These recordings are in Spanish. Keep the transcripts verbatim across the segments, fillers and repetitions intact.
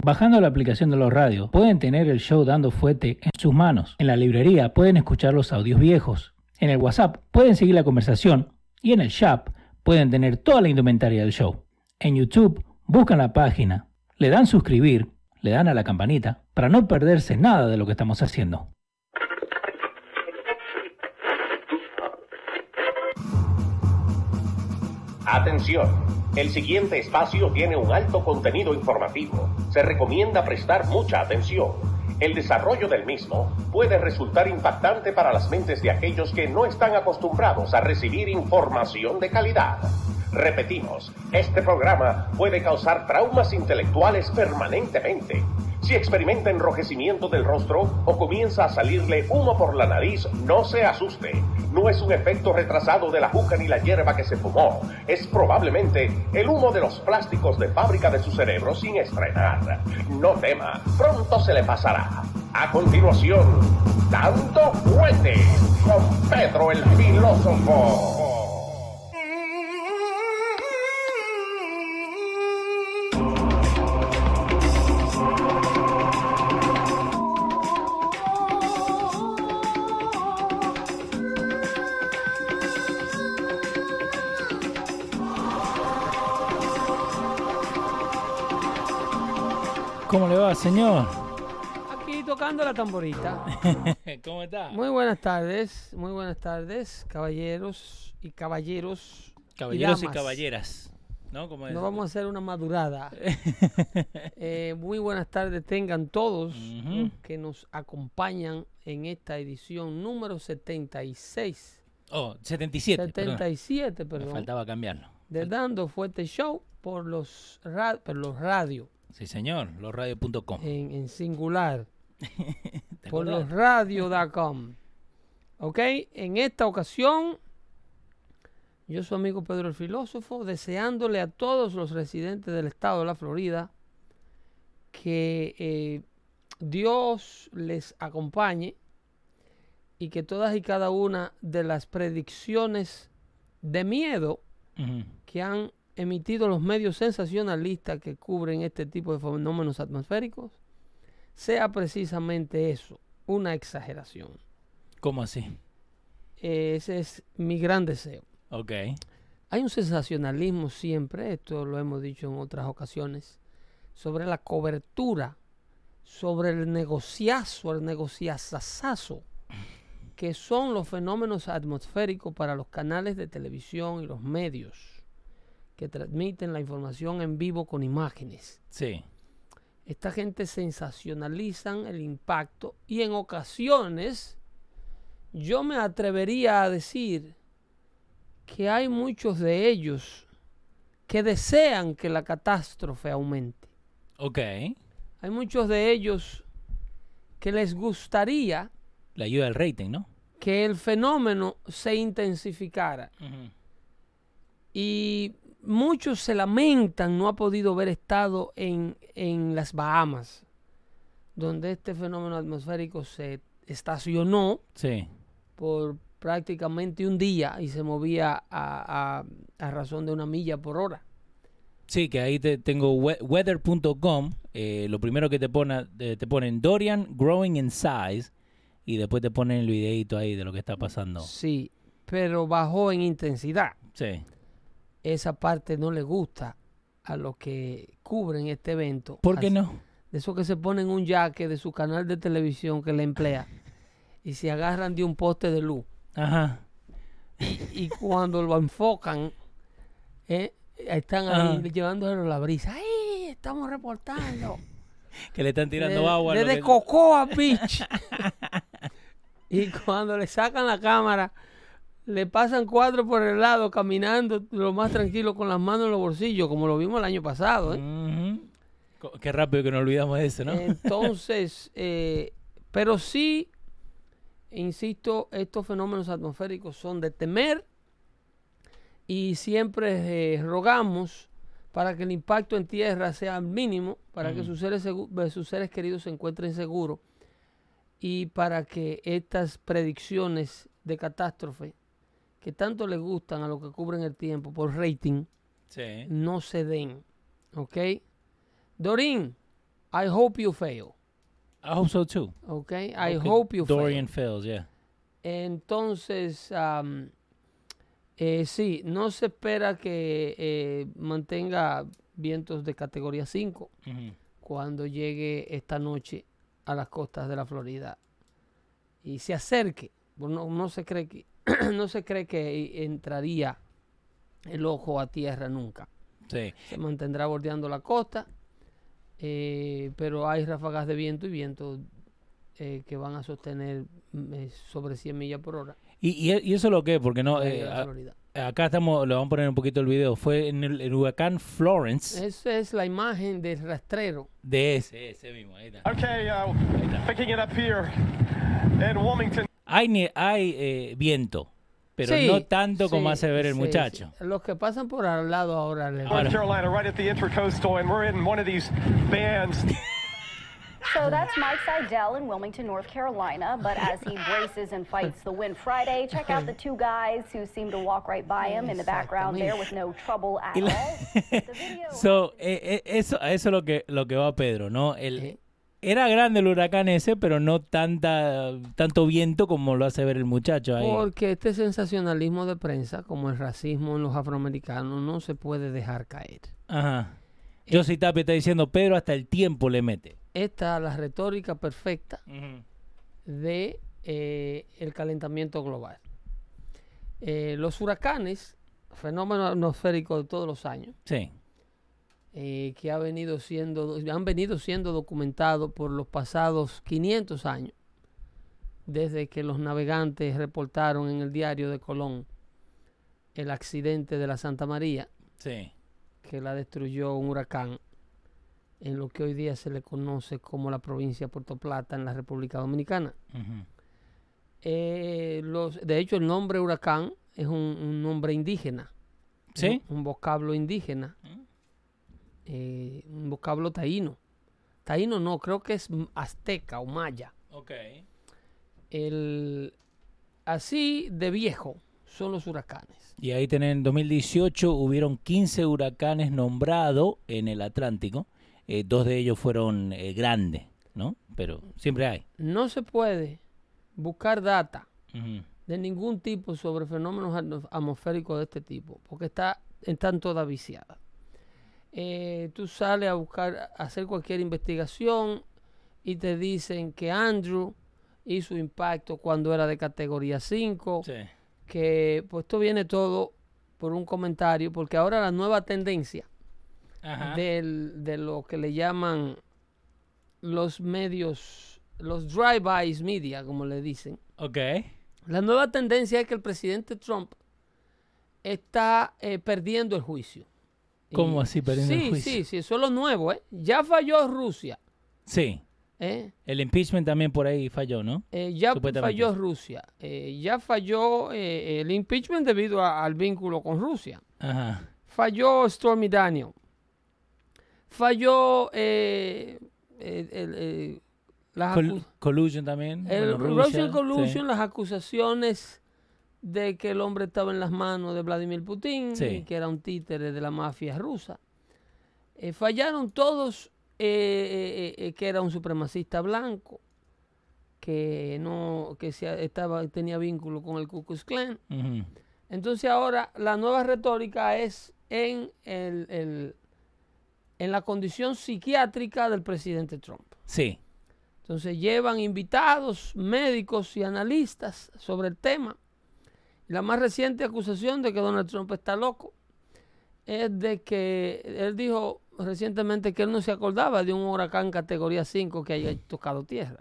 Bajando la aplicación de los radios, pueden tener el show dando fuete en sus manos. En la librería pueden escuchar los audios viejos. En el WhatsApp pueden seguir la conversación. Y en el shop pueden tener toda la indumentaria del show. En YouTube buscan la página, le dan suscribir, le dan a la campanita para no perderse nada de lo que estamos haciendo. Atención, el siguiente espacio tiene un alto contenido informativo. Se recomienda prestar mucha atención. El desarrollo del mismo puede resultar impactante para las mentes de aquellos que no están acostumbrados a recibir información de calidad. Repetimos, este programa puede causar traumas intelectuales permanentemente. Si experimenta enrojecimiento del rostro o comienza a salirle humo por la nariz, no se asuste. No es un efecto retrasado de la juca ni la hierba que se fumó. Es probablemente el humo de los plásticos de fábrica de su cerebro sin estrenar. No tema, pronto se le pasará. A continuación, Dando Fuete con Pedro el Filósofo. ¿Cómo le va, señor? Aquí tocando la tamborita. ¿Cómo está? Muy buenas tardes, muy buenas tardes, caballeros y caballeros. Caballeros y, y caballeras, ¿no? ¿Cómo es? Nos vamos a hacer una madurada. eh, muy buenas tardes tengan todos uh-huh. los que nos acompañan en esta edición número setenta y seis. Oh, setenta y siete. setenta y siete, perdón. perdón. Me faltaba cambiarlo. De Dando Fuete Show por los, ra- por los radios. Sí, señor, losradio punto com. En, en singular. Por losradio punto com. Ok, en esta ocasión, yo soy amigo Pedro el Filósofo, deseándole a todos los residentes del estado de la Florida que eh, Dios les acompañe y que todas y cada una de las predicciones de miedo uh-huh. que han emitido los medios sensacionalistas que cubren este tipo de fenómenos atmosféricos, sea precisamente eso, una exageración. ¿Cómo así? Eh, ese es mi gran deseo. Ok. Hay un sensacionalismo siempre, esto lo hemos dicho en otras ocasiones, sobre la cobertura, sobre el negociazo, el negociazazazo, que son los fenómenos atmosféricos para los canales de televisión y los medios que transmiten la información en vivo con imágenes. Sí. Esta gente sensacionalizan el impacto y en ocasiones yo me atrevería a decir que hay muchos de ellos que desean que la catástrofe aumente. Ok. Hay muchos de ellos que les gustaría la ayuda del rating, ¿no? Que el fenómeno se intensificara. Uh-huh. Y muchos se lamentan no ha podido haber estado en, en las Bahamas, donde este fenómeno atmosférico se estacionó sí. por prácticamente un día y se movía a, a, a razón de una milla por hora. Sí, que ahí te, tengo we- weather punto com, eh, lo primero que te, pone, eh, te ponen Dorian growing in size y después te ponen el videito ahí de lo que está pasando. Sí, pero bajó en intensidad. Sí. Esa parte no le gusta a los que cubren este evento. ¿Por qué no? De esos que se ponen un jaque de su canal de televisión que le emplea y se agarran de un poste de luz. Ajá. Y, y cuando lo enfocan, eh, están ahí Ajá. llevándole la brisa. ¡Ay! Estamos reportando. Que le están tirando de, agua. Desde que... Cocoa Beach. Y cuando le sacan la cámara, le pasan cuatro por el lado caminando lo más tranquilo con las manos en los bolsillos, como lo vimos el año pasado. ¿eh? Uh-huh. Qué rápido que nos olvidamos de eso, ¿no? Entonces, eh, pero sí, insisto, estos fenómenos atmosféricos son de temer y siempre eh, rogamos para que el impacto en tierra sea mínimo, para uh-huh. que sus seres, segu- sus seres queridos se encuentren seguros y para que estas predicciones de catástrofe que tanto les gustan a los que cubren el tiempo por rating, sí. no se den. ¿Ok? Dorín, I hope you fail. I hope so too. Okay, I Okay, hope you Dorian fail. fails, yeah. Entonces, um, eh, sí, no se espera que eh, mantenga vientos de categoría cinco Uh-huh. cuando llegue esta noche a las costas de la Florida y se acerque. No, no se cree que no se cree que entraría el ojo a tierra nunca. Sí. Se mantendrá bordeando la costa, eh, pero hay ráfagas de viento y viento eh, que van a sostener eh, sobre cien millas por hora. ¿Y, y, y eso lo que? Porque no, en eh, la a- Florida. acá estamos, le vamos a poner un poquito el video. Fue en el, el huracán Florence Esa es la imagen del rastrero. de ese, ese mismo. Ahí está. Okay, uh, picking it up here in Wilmington. Hay, ni- hay eh, viento, pero Sí, no tanto como sí, hace ver el sí, muchacho. sí. Los que pasan por al lado ahora le Ahora. North Carolina, right at the Intracoastal, and we're in one of these bands. So that's Mike Seidel in Wilmington, North Carolina. But as he braces and fights the wind Friday, check out the two guys who seem to walk right by him in the background there with no trouble at Y la- all. The video- So, eh, eh, eso, a eso es lo que, lo que va Pedro, ¿no? El, Eh. Era grande el huracán ese, pero no tanta tanto viento como lo hace ver el muchacho ahí. Porque este sensacionalismo de prensa, como el racismo en los afroamericanos, no se puede dejar caer. Ajá. Josie Tapia está diciendo, Pedro hasta el tiempo le mete. Esta es la retórica perfecta de eh, el calentamiento global. Eh, los huracanes, fenómeno atmosférico de todos los años, Sí. eh, que ha venido siendo, han venido siendo documentados por los pasados quinientos años, desde que los navegantes reportaron en el diario de Colón el accidente de la Santa María, Sí. que la destruyó un huracán en lo que hoy día se le conoce como la provincia de Puerto Plata en la República Dominicana. Ujú. Eh, los, de hecho, el nombre huracán es un, un nombre indígena, ¿Sí? un, un vocablo indígena, eh, un vocablo taíno. Taíno no, creo que es m- azteca o maya. Ok. El, así de viejo son los huracanes. Y ahí tienen, en dos mil dieciocho hubieron quince huracanes nombrados en el Atlántico. Eh, dos de ellos fueron eh, grandes, ¿no? Pero siempre hay. No se puede buscar data Ujú. de ningún tipo sobre fenómenos atmo- atmosféricos de este tipo, porque está, están todas viciadas. Eh, tú sales a buscar, a hacer cualquier investigación y te dicen que Andrew hizo impacto cuando era de categoría cinco, Sí. que pues esto viene todo por un comentario, porque ahora la nueva tendencia Ajá. del- de lo que le llaman los medios, los drive-bys media, como le dicen, Ok. la nueva tendencia es que el presidente Trump está eh, perdiendo el juicio. ¿Cómo Y- así perdiendo el sí, juicio? Sí, sí, eso es lo nuevo, ¿eh? Ya falló Rusia, Sí. ¿eh? El impeachment también por ahí falló, ¿no? Eh, ya Supuestamente. falló Rusia, eh, ya falló eh, el impeachment debido a- al vínculo con Rusia. Ajá. Falló Stormy Daniels. Falló eh, el, el- el- las Col- acu- collusion también. el bueno, Rusia, Russian Collusion, sí. las acusaciones de que el hombre estaba en las manos de Vladimir Putin, Sí. y que era un títere de la mafia rusa. Eh, fallaron todos eh, eh, eh, que era un supremacista blanco, que no que se, estaba tenía vínculo con el Ku Klux Klan. Ujú. Entonces ahora la nueva retórica es en, el, el- en la condición psiquiátrica del presidente Trump. Sí. Entonces llevan invitados, médicos y analistas sobre el tema. La más reciente acusación de que Donald Trump está loco es de que él dijo recientemente que él no se acordaba de un huracán categoría cinco que haya tocado tierra.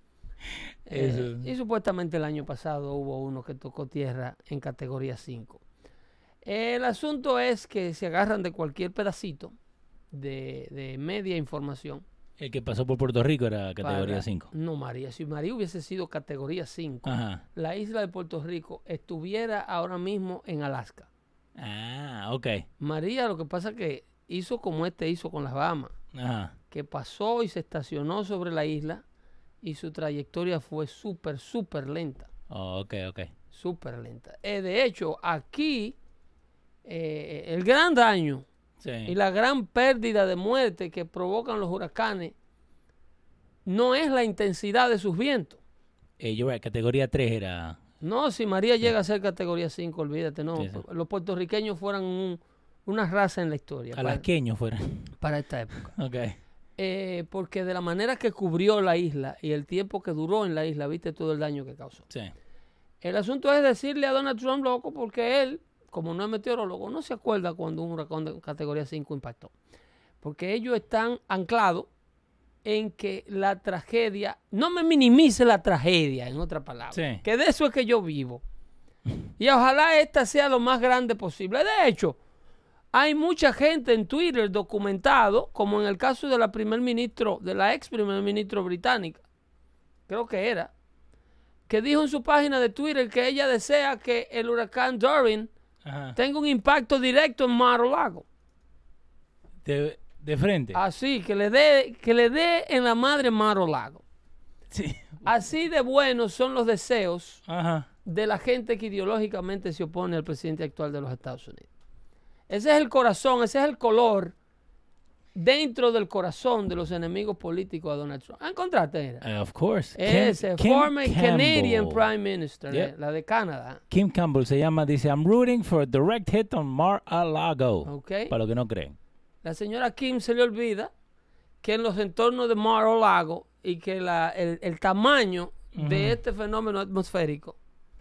Eh, Eso. y supuestamente el año pasado hubo uno que tocó tierra en categoría cinco. El asunto es que se agarran de cualquier pedacito de, de media información. El que pasó por Puerto Rico era categoría para- cinco. No, María. Si María hubiese sido categoría cinco, Ajá. la isla de Puerto Rico estuviera ahora mismo en Alaska. Ah, ok. María lo que pasa es que hizo como este hizo con las Bahamas, Ajá. que pasó y se estacionó sobre la isla y su trayectoria fue súper, súper lenta. Oh, ok, ok. Súper lenta. Eh, de hecho, aquí eh, el gran daño Sí. y la gran pérdida de muerte que provocan los huracanes no es la intensidad de sus vientos. Eh, yo, categoría tres era... No, si María llega a ser categoría cinco, olvídate, no. Sí, sí. Los puertorriqueños fueran un, una raza en la historia. Alasqueños fueran. Para esta época. Ok. Eh, porque de la manera que cubrió la isla y el tiempo que duró en la isla, viste todo el daño que causó. Sí. El asunto es decirle a Donald Trump loco porque él, como no es meteorólogo, no se acuerda cuando un huracán de categoría cinco impactó. Porque ellos están anclados en que la tragedia, no me minimice la tragedia, en otras palabras, sí. que de eso es que yo vivo. Y ojalá esta sea lo más grande posible. De hecho, hay mucha gente en Twitter documentado, como en el caso de la primer ministro, de la ex primer ministro británica, creo que era, que dijo en su página de Twitter que ella desea que el huracán Dorian Ajá. tenga un impacto directo en Mar-a-Lago. De, de frente. Así, que le dé que le dé en la madre Mar-a-Lago. Sí. Así de buenos son los deseos Ajá. de la gente que ideológicamente se opone al presidente actual de los Estados Unidos. Ese es el corazón, ese es el color dentro del corazón de los enemigos políticos a Donald Trump. ¿Encontraste? Uh, of course. Ese, Kim, former Kim Canadian Campbell. Prime Minister, Yep. eh, la de Canadá. Kim Campbell se llama, dice, I'm rooting for a direct hit on Mar-a-Lago. Ok. Para los que no creen. La señora Kim se le olvida que en los entornos de Mar-a-Lago y que la, el, el tamaño uh-huh. de este fenómeno atmosférico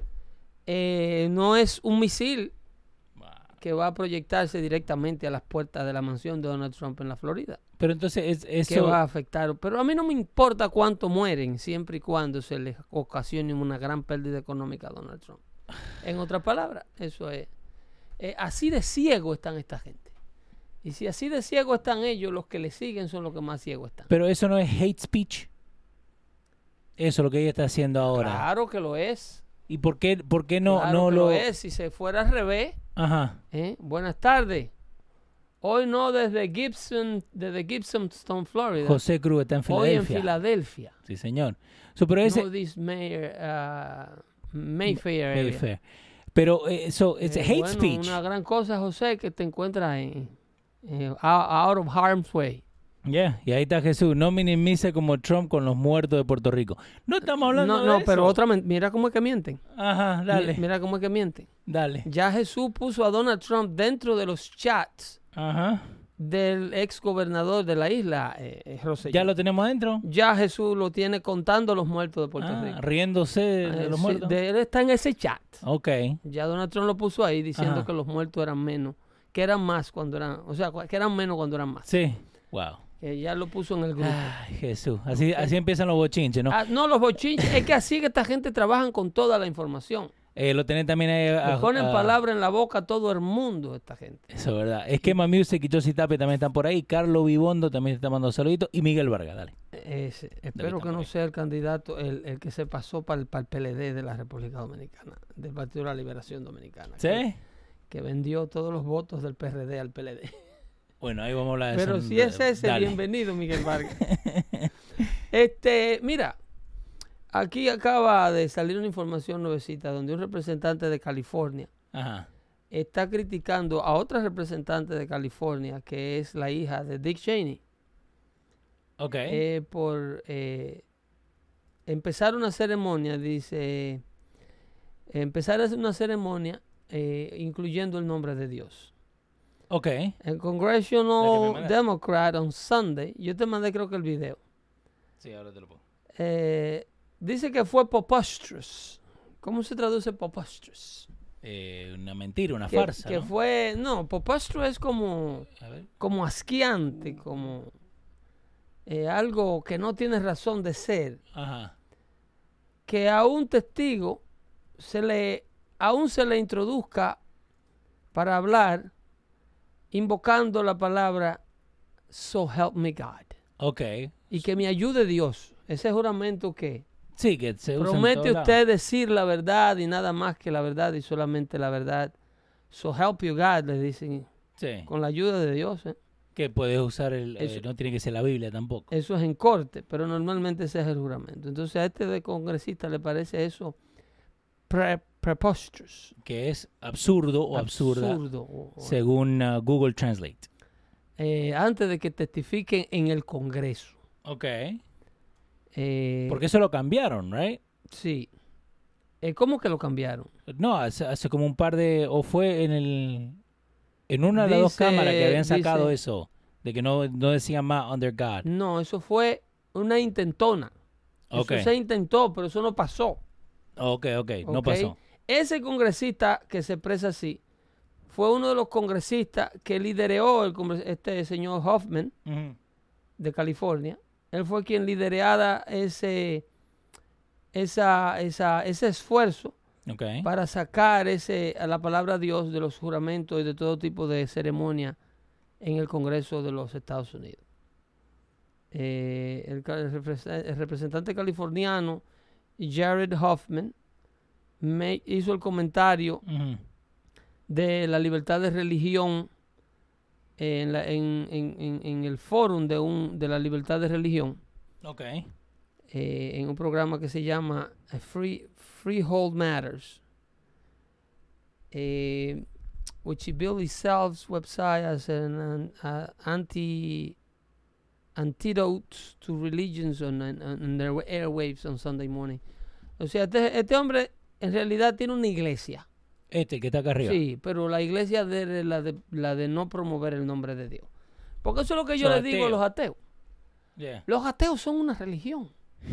eh, no es un misil que va a proyectarse directamente a las puertas de la mansión de Donald Trump en la Florida. Pero entonces es, eso... que va a afectar. Pero a mí no me importa cuánto mueren, siempre y cuando se les ocasione una gran pérdida económica a Donald Trump. En otras palabras, eso es. Eh, así de ciego están esta gente. Y si así de ciego están ellos, los que le siguen son los que más ciegos están. Pero eso no es hate speech. Eso es lo que ella está haciendo ahora. Claro que lo es. ¿Y por qué, por qué no, claro no que lo... lo es. Si se fuera al revés. Ajá. ¿eh? Buenas tardes. Hoy no desde Gibson, desde Gibsonstown, Florida. José Cruz está en Filadelfia. Hoy en Filadelfia. Sí, señor. So, pero ese... No this Mayor, uh, Mayfair area. Mayfair. Pero eso es Eh, hate bueno, speech. Una gran cosa, José, que te encuentras en, en out of harm's way. Yeah, y ahí está Jesús. No minimice como Trump con los muertos de Puerto Rico. No estamos hablando No, de no, eso. pero otra, men- mira cómo es que mienten. Ajá, dale. Mi- Mira cómo es que mienten. Dale. Ya Jesús puso a Donald Trump dentro de los chats Ajá. del ex gobernador de la isla, eh, eh, Rosselló. ¿Ya lo tenemos adentro? Ya Jesús lo tiene contando los muertos de Puerto Ah, Rico. riéndose de, Eh, de los sí, muertos. de- él está en ese chat. Ok. Ya Donald Trump lo puso ahí diciendo Ajá. que los muertos eran menos, que eran más cuando eran, o sea, que eran menos cuando eran más. Sí. Wow. Que ya lo puso en el grupo. Ay, Jesús. Así, así empiezan los bochinches, ¿no? Ah, no, los bochinches. Es que así que esta gente trabajan con toda la información. Eh, lo tenés también ahí. Le a- ponen a- palabras en la boca a todo el mundo esta gente. Eso es verdad. Esquema Music y Josie Tape también están por ahí. Carlos Vibondo también está mandando saluditos. Y Miguel Vargas, dale. Ese, espero que estamos no ahí. sea el candidato, el, el que se pasó para el, para el P L D de la República Dominicana, del Partido de la Liberación Dominicana. ¿Sí? Que, que vendió todos los votos del P R D al P L D. Bueno, ahí vamos a hablar de Pero eso. si es ese, Dale. bienvenido, Miguel Vargas. Este, mira, aquí acaba de salir una información nuevecita donde un representante de California Ajá. está criticando a otra representante de California, que es la hija de Dick Cheney, Ok. eh, por eh, empezar una ceremonia, dice, empezar a hacer una ceremonia eh, incluyendo el nombre de Dios. ok. El La que me Congressional mandaste. Democrat on Sunday, yo te mandé creo que el video, Sí, ahora te lo pongo. eh, dice que fue preposterous. ¿Cómo se traduce preposterous? Eh, una mentira, una Que, farsa, que ¿no? fue, no, preposterous es como, A ver. como asqueante, como eh, algo que no tiene razón de ser. Ajá. Que a un testigo se le, aún se le introduzca para hablar invocando la palabra So help me God. Ok. Y que me ayude Dios. Ese juramento que Sí, que se usa en promete todos lados. usted decir la verdad y nada más que la verdad y solamente la verdad. So help you God, le dicen, Sí. con la ayuda de Dios. ¿eh? Que puedes usar el... eh, Eso- no tiene que ser la Biblia tampoco. Eso es en corte, pero normalmente ese es el juramento. Entonces a este de congresista le parece eso pre preposterous. Que es absurdo o absurda, Absurdo. o- o- según uh, Google Translate. eh, antes de que testifiquen en el Congreso. Ok. Eh, Porque eso lo cambiaron, ¿right? Sí. Eh, ¿Cómo que lo cambiaron? No, hace, hace como un par de... O fue en el... En una de las dos Dice- cámaras que habían sacado dice- eso. De que no, no decían más Under God. No, eso fue una intentona. Ok. Eso se intentó, pero eso no pasó. Ok, ok. No ¿ok? pasó. Ese congresista que se expresa así fue uno de los congresistas que lideró el congres- este señor Hoffman Ujú. de California. Él fue quien lideraba ese, esa, esa, ese esfuerzo Ok. para sacar ese, a la palabra Dios de los juramentos y de todo tipo de ceremonia en el Congreso de los Estados Unidos. Eh, el, ca- el repres- el representante californiano Jared Hoffman me hizo el comentario Ujú. de la libertad de religión en, la- en- en- en- en el fórum de, un, de la libertad de religión, Ok. eh, en un programa que se llama eh, Free, Freehold Matters, eh, which he built himself's website as an, an uh, anti antidote to religions on, on, on their airwaves on Sunday morning. O sea, este, este hombre en realidad tiene una iglesia. Este, el que está acá arriba. Sí, pero la iglesia de la, de la de no promover el nombre de Dios. Porque eso es lo que yo Son les digo a ateos. los ateos. Yeah. Los ateos son una religión.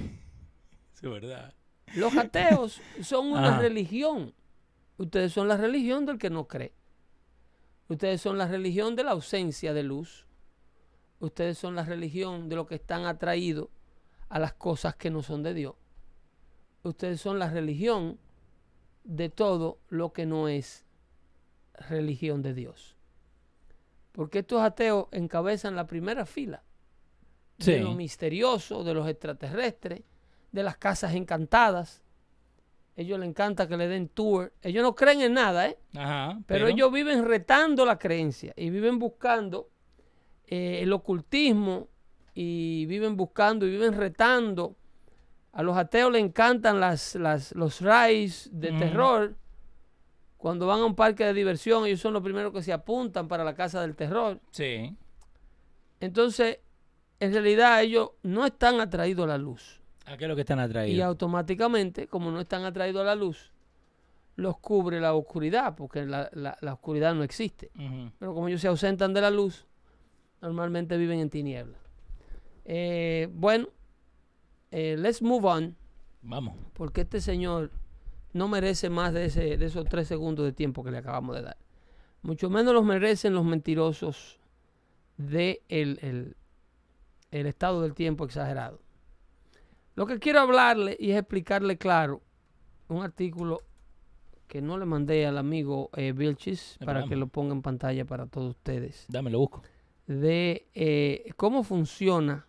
Es verdad. Los ateos son una Ajá. religión. Ustedes son la religión del que no cree. Ustedes son la religión de la ausencia de luz. Ustedes son la religión de los que están atraídos a las cosas que no son de Dios. Ustedes son la religión de todo lo que no es religión de Dios. Porque estos ateos encabezan la primera fila Sí. de lo misterioso, de los extraterrestres, de las casas encantadas. Ellos les encanta que le den tour. Ellos no creen en nada, ¿eh? Ajá. Pero, ellos viven retando la creencia y viven buscando eh, el ocultismo y viven buscando y viven retando. A los ateos les encantan las, las, los rides de Ujú. terror. Cuando van a un parque de diversión, ellos son los primeros que se apuntan para la casa del terror. Sí. Entonces, en realidad ellos no están atraídos a la luz. ¿A qué es lo que están Y atraídos? automáticamente, como no están atraídos a la luz, los cubre la oscuridad, porque la, la, la oscuridad no existe. Ujú. Pero como ellos se ausentan de la luz, normalmente viven en tinieblas. Eh, bueno, eh, let's move on, Vamos. porque este señor no merece más de, ese, de esos tres segundos de tiempo que le acabamos de dar. Mucho menos los merecen los mentirosos de el, el, el estado del tiempo exagerado. Lo que quiero hablarle y es explicarle claro un artículo que no le mandé al amigo eh, Vilchis No para problema. que lo ponga en pantalla para todos ustedes, Dame, lo busco. de eh, cómo funciona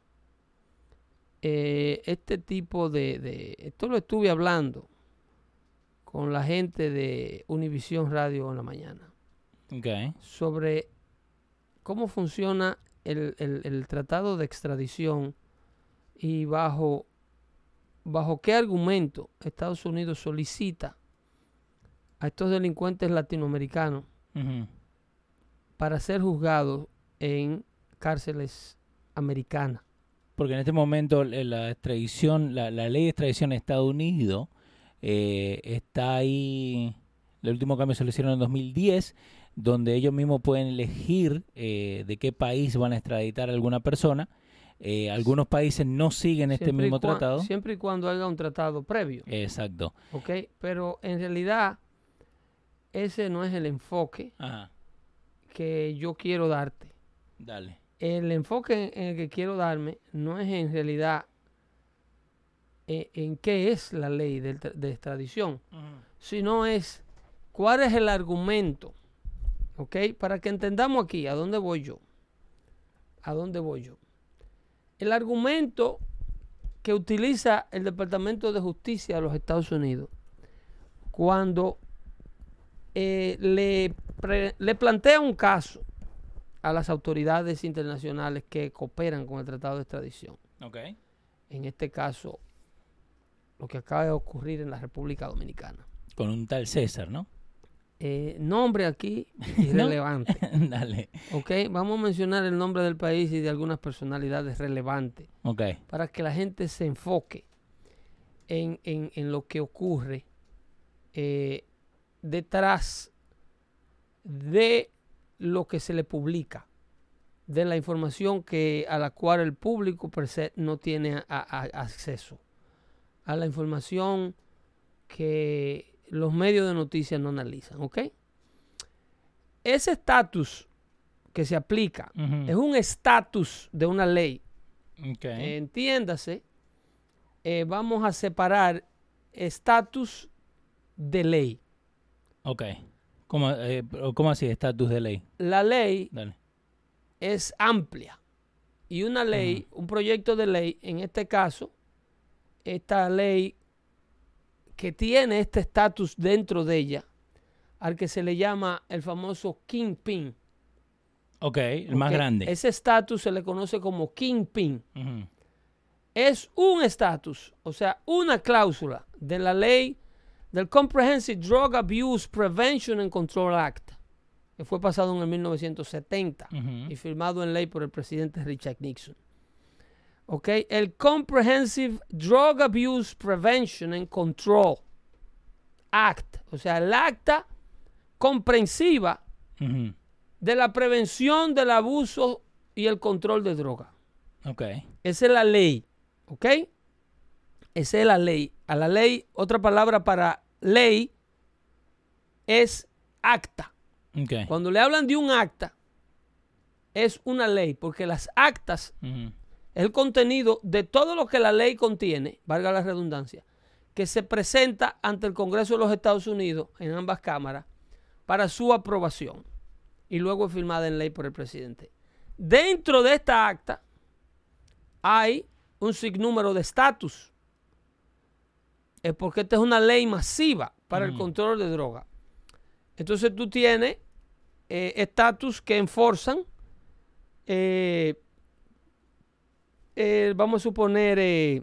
eh, este tipo de, de... Esto lo estuve hablando con la gente de Univisión Radio en la mañana, Ok. sobre cómo funciona el, el- el tratado de extradición y bajo, bajo qué argumento Estados Unidos solicita a estos delincuentes latinoamericanos Ujú. para ser juzgados en cárceles americanas. Porque en este momento eh, la extradición, la, la ley de extradición de Estados Unidos eh, está ahí. El último cambio se lo hicieron en dos mil diez, donde ellos mismos pueden elegir eh, de qué país van a extraditar a alguna persona. Eh, algunos países no siguen este Siempre y mismo cua- tratado. Siempre y cuando haya un tratado previo. Exacto. ¿Ok? Pero en realidad ese no es el enfoque Ajá. que yo quiero darte. Dale. El enfoque en el que quiero darme no es en realidad eh, en qué es la ley de, tra- de extradición, sino es cuál es el argumento, ¿ok? Para que entendamos aquí a dónde voy yo. ¿A dónde voy yo? El argumento que utiliza el Departamento de Justicia de los Estados Unidos cuando eh, le, pre- le plantea un caso a las autoridades internacionales que cooperan con el Tratado de Extradición. Ok. En este caso, lo que acaba de ocurrir en la República Dominicana. Con un tal César, ¿no? Eh, nombre aquí irrelevante. Dale. Ok, vamos a mencionar el nombre del país y de algunas personalidades relevantes. Ok. Para que la gente se enfoque en, en, en lo que ocurre eh, detrás de lo que se le publica, de la información que, a la cual el público per se no tiene a, a, acceso, a la información que los medios de noticias no analizan, ¿ok? Ese estatus que se aplica uh-huh. es un estatus de una ley. Okay. Eh, entiéndase, eh, vamos a separar estatus de ley. Ok. ¿Cómo, eh, ¿cómo así, estatus de ley? La ley Dale. es amplia y una ley, uh-huh. un proyecto de ley, en este caso, esta ley que tiene este estatus dentro de ella, al que se le llama el famoso Kingpin. Ok, el okay. más grande. Ese estatus se le conoce como Kingpin. Uh-huh. Es un estatus, o sea, una cláusula de la ley del Comprehensive Drug Abuse Prevention and Control Act, que fue pasado en el mil novecientos setenta uh-huh. y firmado en ley por el presidente Richard Nixon. Okay. El Comprehensive Drug Abuse Prevention and Control Act, o sea, el acta comprensiva uh-huh. de la prevención del abuso y el control de droga. Okay. Esa es la ley, ¿ok? Esa es la ley. A la ley, otra palabra para ley es acta. Okay. Cuando le hablan de un acta, es una ley, porque las actas uh-huh. es el contenido de todo lo que la ley contiene, valga la redundancia, que se presenta ante el Congreso de los Estados Unidos en ambas cámaras para su aprobación y luego es firmada en ley por el presidente. Dentro de esta acta hay un sinnúmero de estatus. Es porque esta es una ley masiva para mm. el control de droga. Entonces tú tienes estatus eh, que enforzan, eh, eh, vamos a suponer, eh,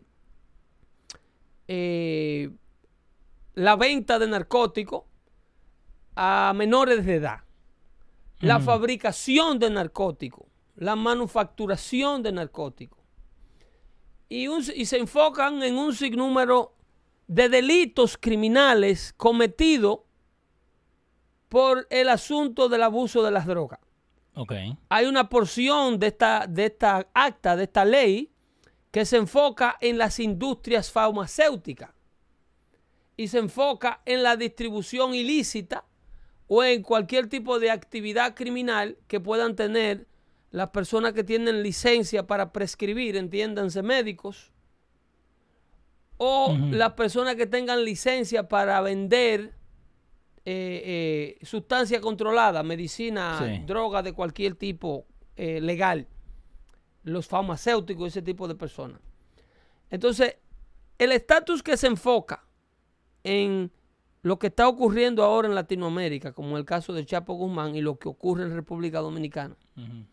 eh, la venta de narcóticos a menores de edad, mm. la fabricación de narcóticos, la manufacturación de narcóticos. Y, un, y se enfocan en un sinnúmero de delitos criminales cometidos por el asunto del abuso de las drogas. Okay. Hay una porción de esta, de esta acta, de esta ley, que se enfoca en las industrias farmacéuticas y se enfoca en la distribución ilícita o en cualquier tipo de actividad criminal que puedan tener las personas que tienen licencia para prescribir, entiéndanse médicos, o uh-huh. las personas que tengan licencia para vender eh, eh, sustancia controlada, medicina, sí. droga de cualquier tipo eh, legal, los farmacéuticos, ese tipo de personas. Entonces, el estatus que se enfoca en lo que está ocurriendo ahora en Latinoamérica, como el caso de Chapo Guzmán y lo que ocurre en República Dominicana, uh-huh.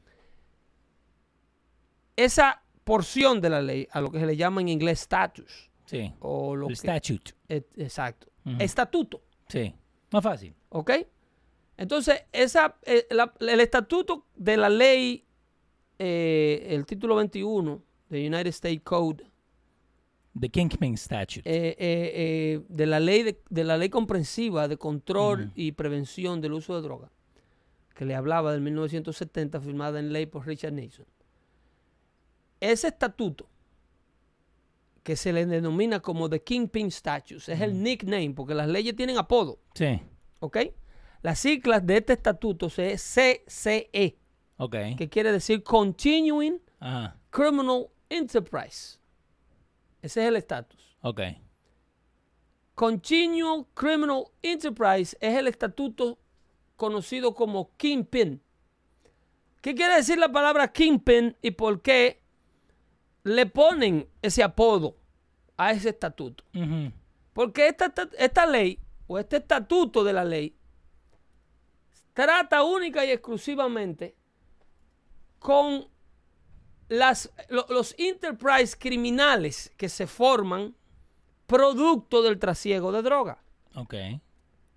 esa porción de la ley, a lo que se le llama en inglés status. Sí, o lo el que, statute. Et, exacto. Uh-huh. Estatuto. Sí, más fácil. ¿Ok? Entonces, esa, eh, la, el estatuto de la ley, eh, el título veintiuno de United States Code. The Kingpin Statute. Eh, eh, eh, de, la ley de, de la ley comprensiva de control uh-huh. y prevención del uso de drogas, que le hablaba del mil novecientos setenta, firmada en ley por Richard Nixon. Ese estatuto, que se le denomina como The Kingpin Statutes, es mm. el nickname, porque las leyes tienen apodo. Sí. ¿Ok? Las siglas de este estatuto es C C E. Ok. Que quiere decir Continuing Ajá. Criminal Enterprise. Ese es el estatus. Ok. Continual Criminal Enterprise es el estatuto conocido como Kingpin. ¿Qué quiere decir la palabra Kingpin y por qué le ponen ese apodo a ese estatuto? Uh-huh. Porque esta, esta ley o este estatuto de la ley trata única y exclusivamente con las, lo, los enterprise criminales que se forman producto del trasiego de droga. Ok.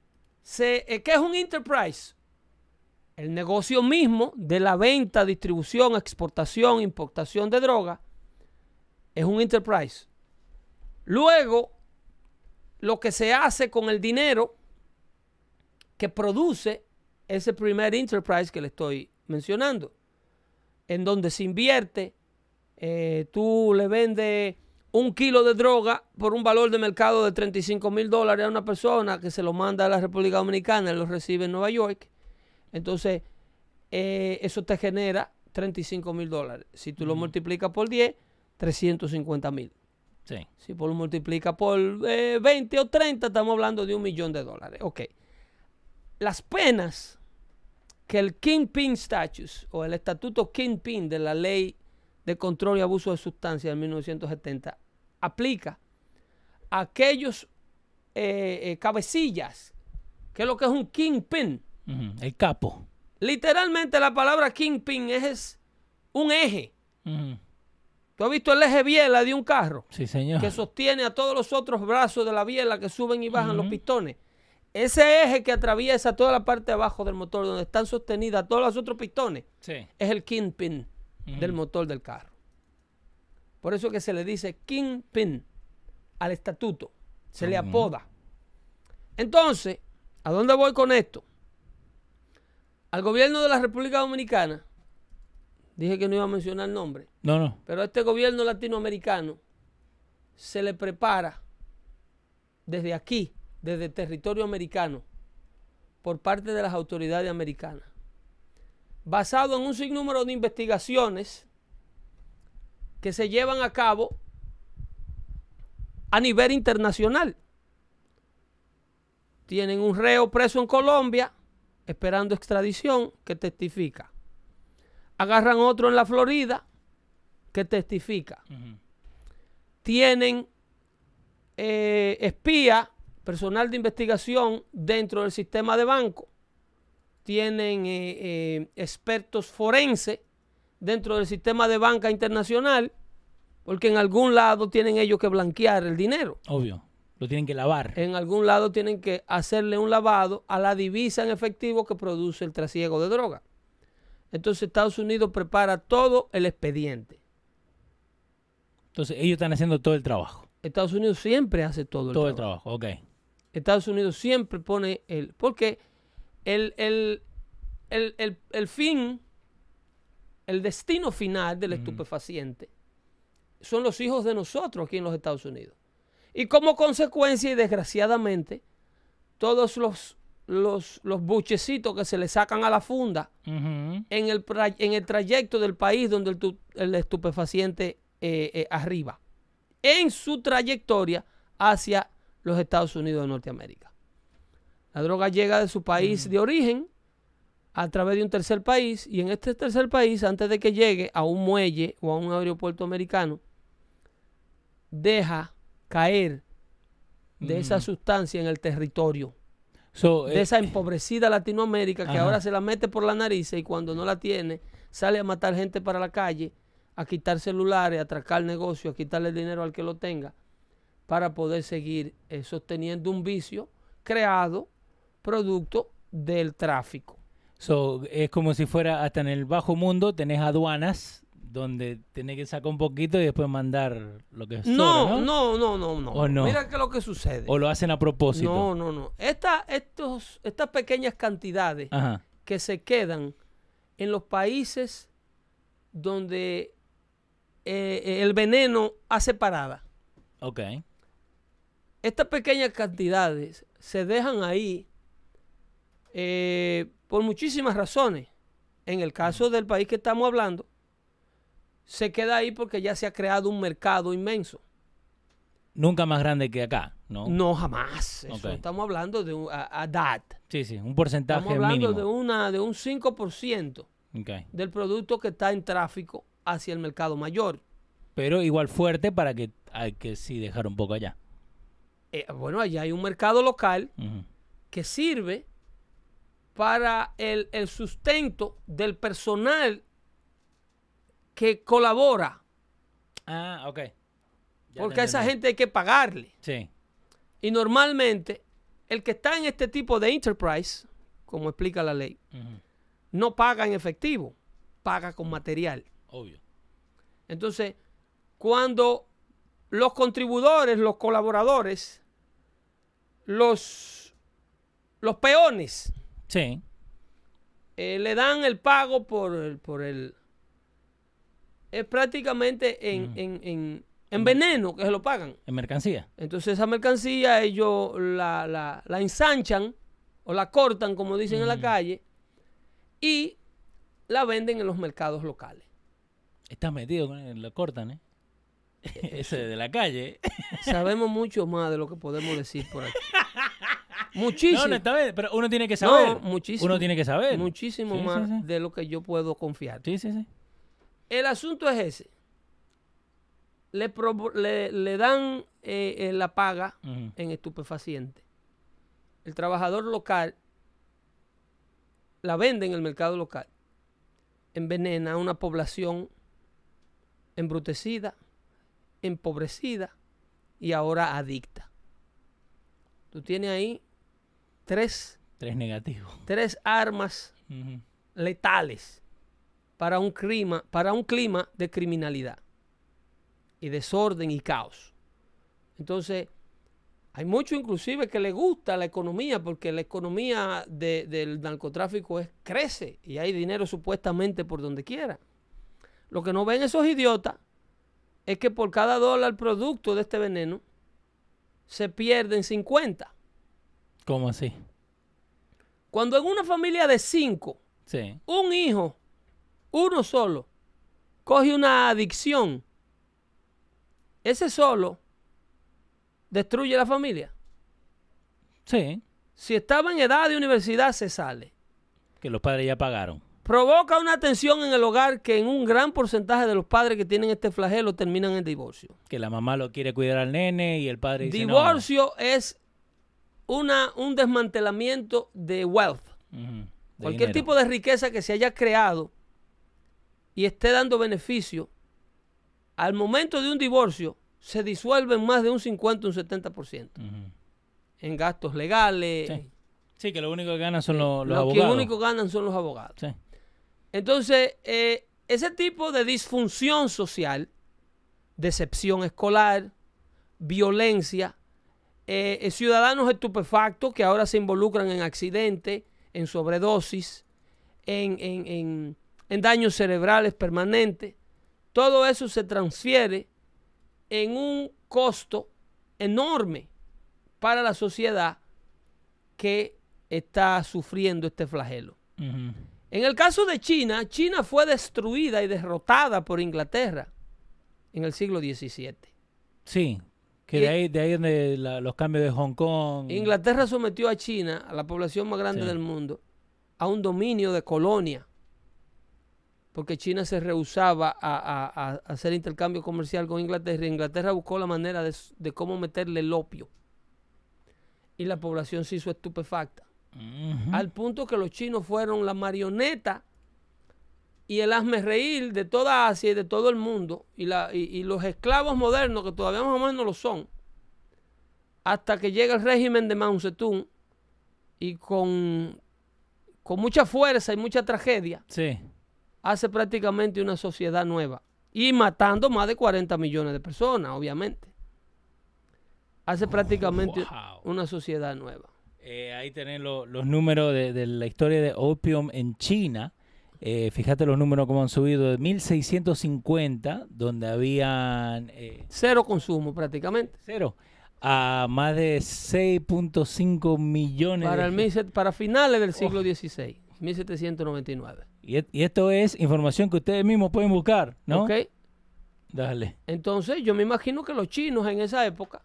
Se, eh, ¿Qué es un enterprise? El negocio mismo de la venta, distribución, exportación, importación de droga es un enterprise. Luego, lo que se hace con el dinero que produce ese primer enterprise que le estoy mencionando, en donde se invierte, eh, tú le vendes un kilo de droga por un valor de mercado de treinta y cinco mil dólares a una persona que se lo manda a la República Dominicana y lo recibe en Nueva York. Entonces, eh, eso te genera treinta y cinco mil dólares. Si tú mm. lo multiplicas por diez, trescientos cincuenta mil. Sí. Si lo multiplicas por eh, veinte o treinta, estamos hablando de un millón de dólares. Ok. Las penas que el Kingpin Statute o el estatuto Kingpin de la Ley de Control y Abuso de Sustancias de mil novecientos setenta aplica a aquellos eh, eh, cabecillas. ¿Qué es lo que es un Kingpin? Uh-huh. El capo. Literalmente la palabra Kingpin es, es un eje. Uh-huh. ¿Tú has visto el eje biela de un carro? Sí, señor. Que sostiene a todos los otros brazos de la biela que suben y bajan uh-huh. los pistones. Ese eje que atraviesa toda la parte de abajo del motor, donde están sostenidas todos los otros pistones, sí. es el kingpin uh-huh. del motor del carro. Por eso que se le dice kingpin al estatuto. Se uh-huh. le apoda. Entonces, ¿a dónde voy con esto? Al gobierno de la República Dominicana, dije que no iba a mencionar el nombre. No, no. Pero a este gobierno latinoamericano se le prepara desde aquí, desde el territorio americano, por parte de las autoridades americanas, basado en un sinnúmero de investigaciones que se llevan a cabo a nivel internacional. Tienen un reo preso en Colombia esperando extradición que testifica. Agarran otro en la Florida que testifica. Uh-huh. Tienen eh, espía, personal de investigación dentro del sistema de banco. Tienen eh, eh, expertos forenses dentro del sistema de banca internacional, porque en algún lado tienen ellos que blanquear el dinero. Obvio, lo tienen que lavar. En algún lado tienen que hacerle un lavado a la divisa en efectivo que produce el trasiego de droga. Entonces Estados Unidos prepara todo el expediente. Entonces ellos están haciendo todo el trabajo. Estados Unidos siempre hace todo el todo trabajo. Todo el trabajo, ok. Estados Unidos siempre pone el... Porque el, el, el, el, el fin, el destino final del mm. estupefaciente son los hijos de nosotros aquí en los Estados Unidos. Y como consecuencia, y desgraciadamente, todos los, los, los buchecitos que se le sacan a la funda uh-huh. en, el, en el trayecto del país donde el, el estupefaciente eh, eh, arriba, en su trayectoria hacia los Estados Unidos de Norteamérica. La droga llega de su país uh-huh. de origen a través de un tercer país, y en este tercer país, antes de que llegue a un muelle o a un aeropuerto americano, deja caer de mm. esa sustancia en el territorio so, de eh, esa empobrecida Latinoamérica que ajá. ahora se la mete por la nariz y cuando no la tiene sale a matar gente para la calle, a quitar celulares, a atracar negocios, a quitarle el dinero al que lo tenga para poder seguir eh, sosteniendo un vicio creado producto del tráfico. So, es como si fuera hasta en el bajo mundo tenés aduanas donde tenés que sacar un poquito y después mandar lo que sobra, no, ¿no? No, no, no, no. ¿O no? Mira qué es lo que sucede. ¿O lo hacen a propósito? No, no, no. Esta, estos, estas pequeñas cantidades Ajá. que se quedan en los países donde eh, el veneno hace parada. Ok. Estas pequeñas cantidades se dejan ahí eh, por muchísimas razones. En el caso del país que estamos hablando, se queda ahí porque ya se ha creado un mercado inmenso. Nunca más grande que acá, ¿no? No, jamás. Eso, okay. Estamos hablando de un, a, a that. Sí, sí, un porcentaje mínimo. Estamos hablando mínimo. de, una, de un cinco por ciento okay. del producto que está en tráfico hacia el mercado mayor. Pero igual fuerte para que hay que sí dejar un poco allá. Eh, bueno, allá hay un mercado local uh-huh. que sirve para el, el sustento del personal que colabora. Ah, ok. Ya porque a esa gente hay que pagarle. Sí. Y normalmente el que está en este tipo de enterprise, como explica la ley, uh-huh. no paga en efectivo, paga con material. Obvio. Entonces, cuando los contribuidores, los colaboradores, los, los peones, sí. eh, le dan el pago por el, por el es prácticamente en, uh-huh. en, en, en veneno que se lo pagan. En mercancía. Entonces esa mercancía ellos la, la, la ensanchan o la cortan, como dicen uh-huh. en la calle, y la venden en los mercados locales. Estás metido con él, lo cortan, ¿eh? Ese de la calle. Sabemos mucho más de lo que podemos decir por aquí. Muchísimo. No, no está bien, pero uno tiene que saber. No, muchísimo. Uno tiene que saber. Muchísimo sí, más sí, sí. de lo que yo puedo confiar. Sí, sí, sí. El asunto es ese. Le, pro, le, le dan eh, eh, la paga uh-huh. en estupefacientes. El trabajador local la vende en el mercado local. Envenena a una población embrutecida, empobrecida y ahora adicta. Tú tienes ahí tres, tres negativos, tres armas uh-huh. letales para un clima, para un clima de criminalidad y desorden y caos. Entonces, hay mucho inclusive que le gusta la economía, porque la economía de, del narcotráfico es, crece y hay dinero supuestamente por donde quiera. Lo que no ven esos idiotas es que por cada dólar producto de este veneno se pierden cincuenta. ¿Cómo así? Cuando en una familia de cinco, sí. un hijo, uno solo, coge una adicción, ese solo destruye la familia. Sí. Si estaba en edad de universidad, se sale. Que los padres ya pagaron. Provoca una tensión en el hogar que en un gran porcentaje de los padres que tienen este flagelo terminan en divorcio. Que la mamá lo quiere cuidar al nene y el padre dice divorcio no. es una, un desmantelamiento de wealth. Uh-huh. De Cualquier dinero. tipo de riqueza que se haya creado y esté dando beneficio, al momento de un divorcio se disuelve en más de un cincuenta, un setenta por ciento. Uh-huh. En gastos legales. Sí. sí, que lo único que ganan son eh, los, los lo abogados. Lo único que ganan son los abogados. Sí. Entonces, eh, ese tipo de disfunción social, decepción escolar, violencia, eh, eh, ciudadanos estupefactos que ahora se involucran en accidentes, en sobredosis, en, en, en, en daños cerebrales permanentes, todo eso se transfiere en un costo enorme para la sociedad que está sufriendo este flagelo. Uh-huh. En el caso de China, China fue destruida y derrotada por Inglaterra en el siglo diecisiete. Sí, que de ahí, de ahí donde la, los cambios de Hong Kong. Inglaterra sometió a China, a la población más grande sí. del mundo, a un dominio de colonia, porque China se rehusaba a, a, a hacer intercambio comercial con Inglaterra. Inglaterra buscó la manera de, de cómo meterle el opio. Y la población se hizo estupefacta. Uh-huh. Al punto que los chinos fueron la marioneta y el hazmerreír de toda Asia y de todo el mundo, y, la, y, y los esclavos modernos, que todavía más o menos lo son, hasta que llega el régimen de Mao Zedong y con, con mucha fuerza y mucha tragedia sí. hace prácticamente una sociedad nueva y matando más de cuarenta millones de personas, obviamente. Hace prácticamente wow. una sociedad nueva. Eh, ahí tenés lo, los números de, de la historia de opium en China. Eh, fíjate los números como han subido de mil seiscientos cincuenta, donde habían... Eh, cero consumo prácticamente. Cero. A más de seis punto cinco millones. Para, de... el, para finales del siglo dieciséis, oh. mil setecientos noventa y nueve. Y, y esto es información que ustedes mismos pueden buscar, ¿no? Ok. Dale. Entonces yo me imagino que los chinos en esa época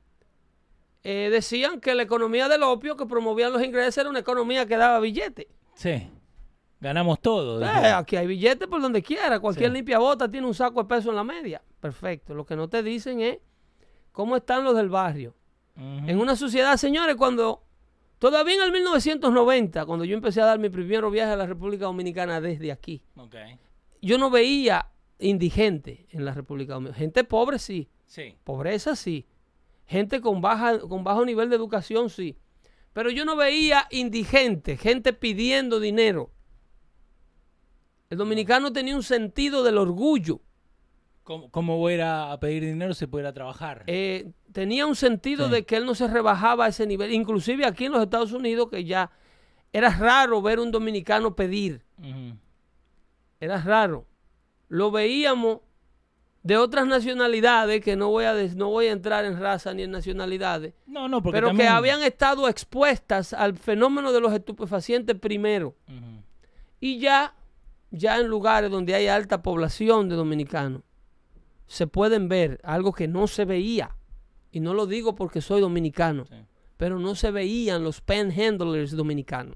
Eh, decían que la economía del opio que promovían los ingleses era una economía que daba billete. Sí, ganamos todo. Eh, aquí hay billetes por donde quiera. Cualquier sí. limpia-bota tiene un saco de peso en la media. Perfecto. Lo que no te dicen es cómo están los del barrio. Uh-huh. En una sociedad, señores, cuando todavía en el mil novecientos noventa, cuando yo empecé a dar mi primer viaje a la República Dominicana desde aquí, okay. yo no veía indigente en la República Dominicana. Gente pobre sí. Sí. Pobreza sí. Gente con baja con bajo nivel de educación, sí. Pero yo no veía indigentes, gente pidiendo dinero. El dominicano tenía un sentido del orgullo. ¿Cómo, cómo voy a ir a, a pedir dinero si puedo ir a trabajar? Eh, tenía un sentido Sí. de que él no se rebajaba a ese nivel. Inclusive aquí en los Estados Unidos, que ya era raro ver un dominicano pedir. Uh-huh. Era raro. Lo veíamos de otras nacionalidades, que no voy a, des, no voy a entrar en raza ni en nacionalidades, No, no, porque pero también... que habían estado expuestas al fenómeno de los estupefacientes primero. Uh-huh. Y ya, ya en lugares donde hay alta población de dominicanos, se pueden ver algo que no se veía. Y no lo digo porque soy dominicano, sí. pero no se veían los panhandlers dominicanos.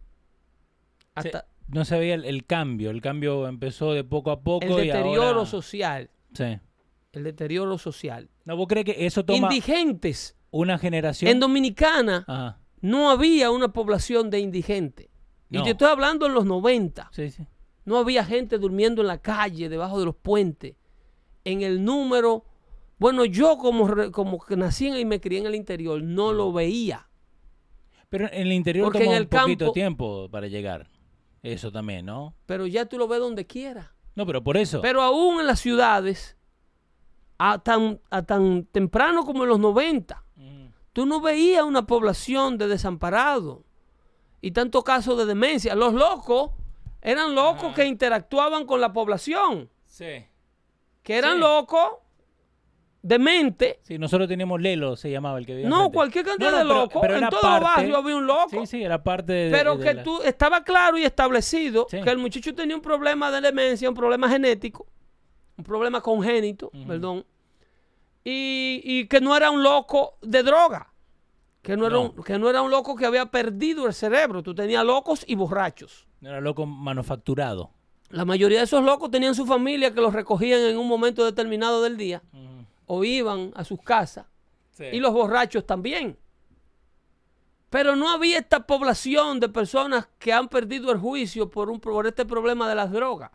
Hasta sí, no se veía el, el cambio. El cambio empezó de poco a poco. El deterioro y ahora... social. Sí. El deterioro social. ¿No vos crees que eso toma indigentes? Una generación. En Dominicana Ajá. no había una población de indigentes. No. Y te estoy hablando en los noventa. Sí, sí. No había gente durmiendo en la calle, debajo de los puentes. En el número... Bueno, yo como, como que nací y me crié en el interior, no lo veía. Pero en el interior Porque toma en el un poquito campo, tiempo para llegar. Eso también, ¿no? Pero ya tú lo ves donde quiera. No, pero por eso. Pero aún en las ciudades, a tan, a tan temprano como en los noventa, mm. tú no veías una población de desamparados y tantos casos de demencia. Los locos eran locos ah. que interactuaban con la población. Sí. Que eran sí. locos, demente. Sí, nosotros teníamos Lelo, se llamaba el que vivía. No, frente. cualquier cantidad no, no, de locos. Pero, pero en todo parte, barrio había un loco. Sí, sí, era parte de... Pero de que la... tú estaba claro y establecido sí. que el muchacho tenía un problema de demencia, un problema genético, un problema congénito, uh-huh. perdón, y, y que no era un loco de droga, que no, era no. Un, que no era un loco que había perdido el cerebro. Tú tenías locos y borrachos. No era loco manufacturado. La mayoría de esos locos tenían su familia que los recogían en un momento determinado del día uh-huh. o iban a sus casas. Sí. Y los borrachos también. Pero no había esta población de personas que han perdido el juicio por, un, por este problema de las drogas.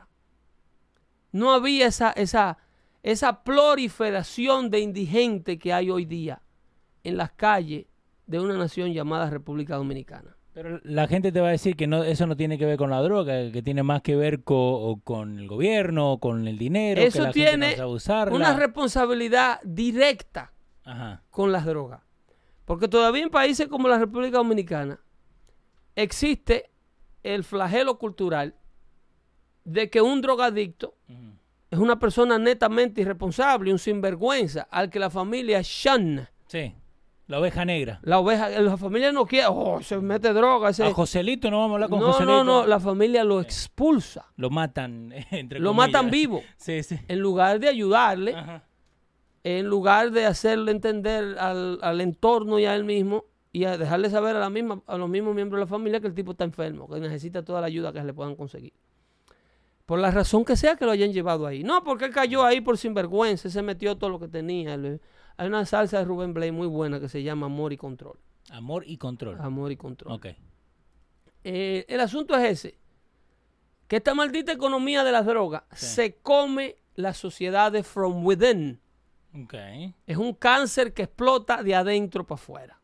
No había esa, esa, esa proliferación de indigentes que hay hoy día en las calles de una nación llamada República Dominicana. Pero la gente te va a decir que no, eso no tiene que ver con la droga, que tiene más que ver con, con el gobierno, con el dinero, eso que la tiene gente no sabe usarla. Una responsabilidad directa Ajá. con las drogas. Porque todavía en países como la República Dominicana existe el flagelo cultural de que un drogadicto uh-huh. es una persona netamente irresponsable, un sinvergüenza, al que la familia shun. Sí, la oveja negra. La oveja, la familia no quiere, oh, se mete droga. Ese... A Joselito no vamos a hablar con no, Joselito. No, no, no, la familia lo sí. expulsa. Lo matan, entre Lo comillas. matan vivo. Sí, sí. En lugar de ayudarle, Ajá. en lugar de hacerle entender al, al entorno y a él mismo y a dejarle saber a, la misma, a los mismos miembros de la familia que el tipo está enfermo, que necesita toda la ayuda que se le puedan conseguir. Por la razón que sea que lo hayan llevado ahí. No, porque él cayó ahí por sinvergüenza, se metió todo lo que tenía. Hay una salsa de Rubén Blades muy buena que se llama Amor y Control. Amor y Control. Amor y Control. Ok. Eh, el asunto es ese, que esta maldita economía de las drogas sí. se come las sociedades from within. Okay. Es un cáncer que explota de adentro para afuera.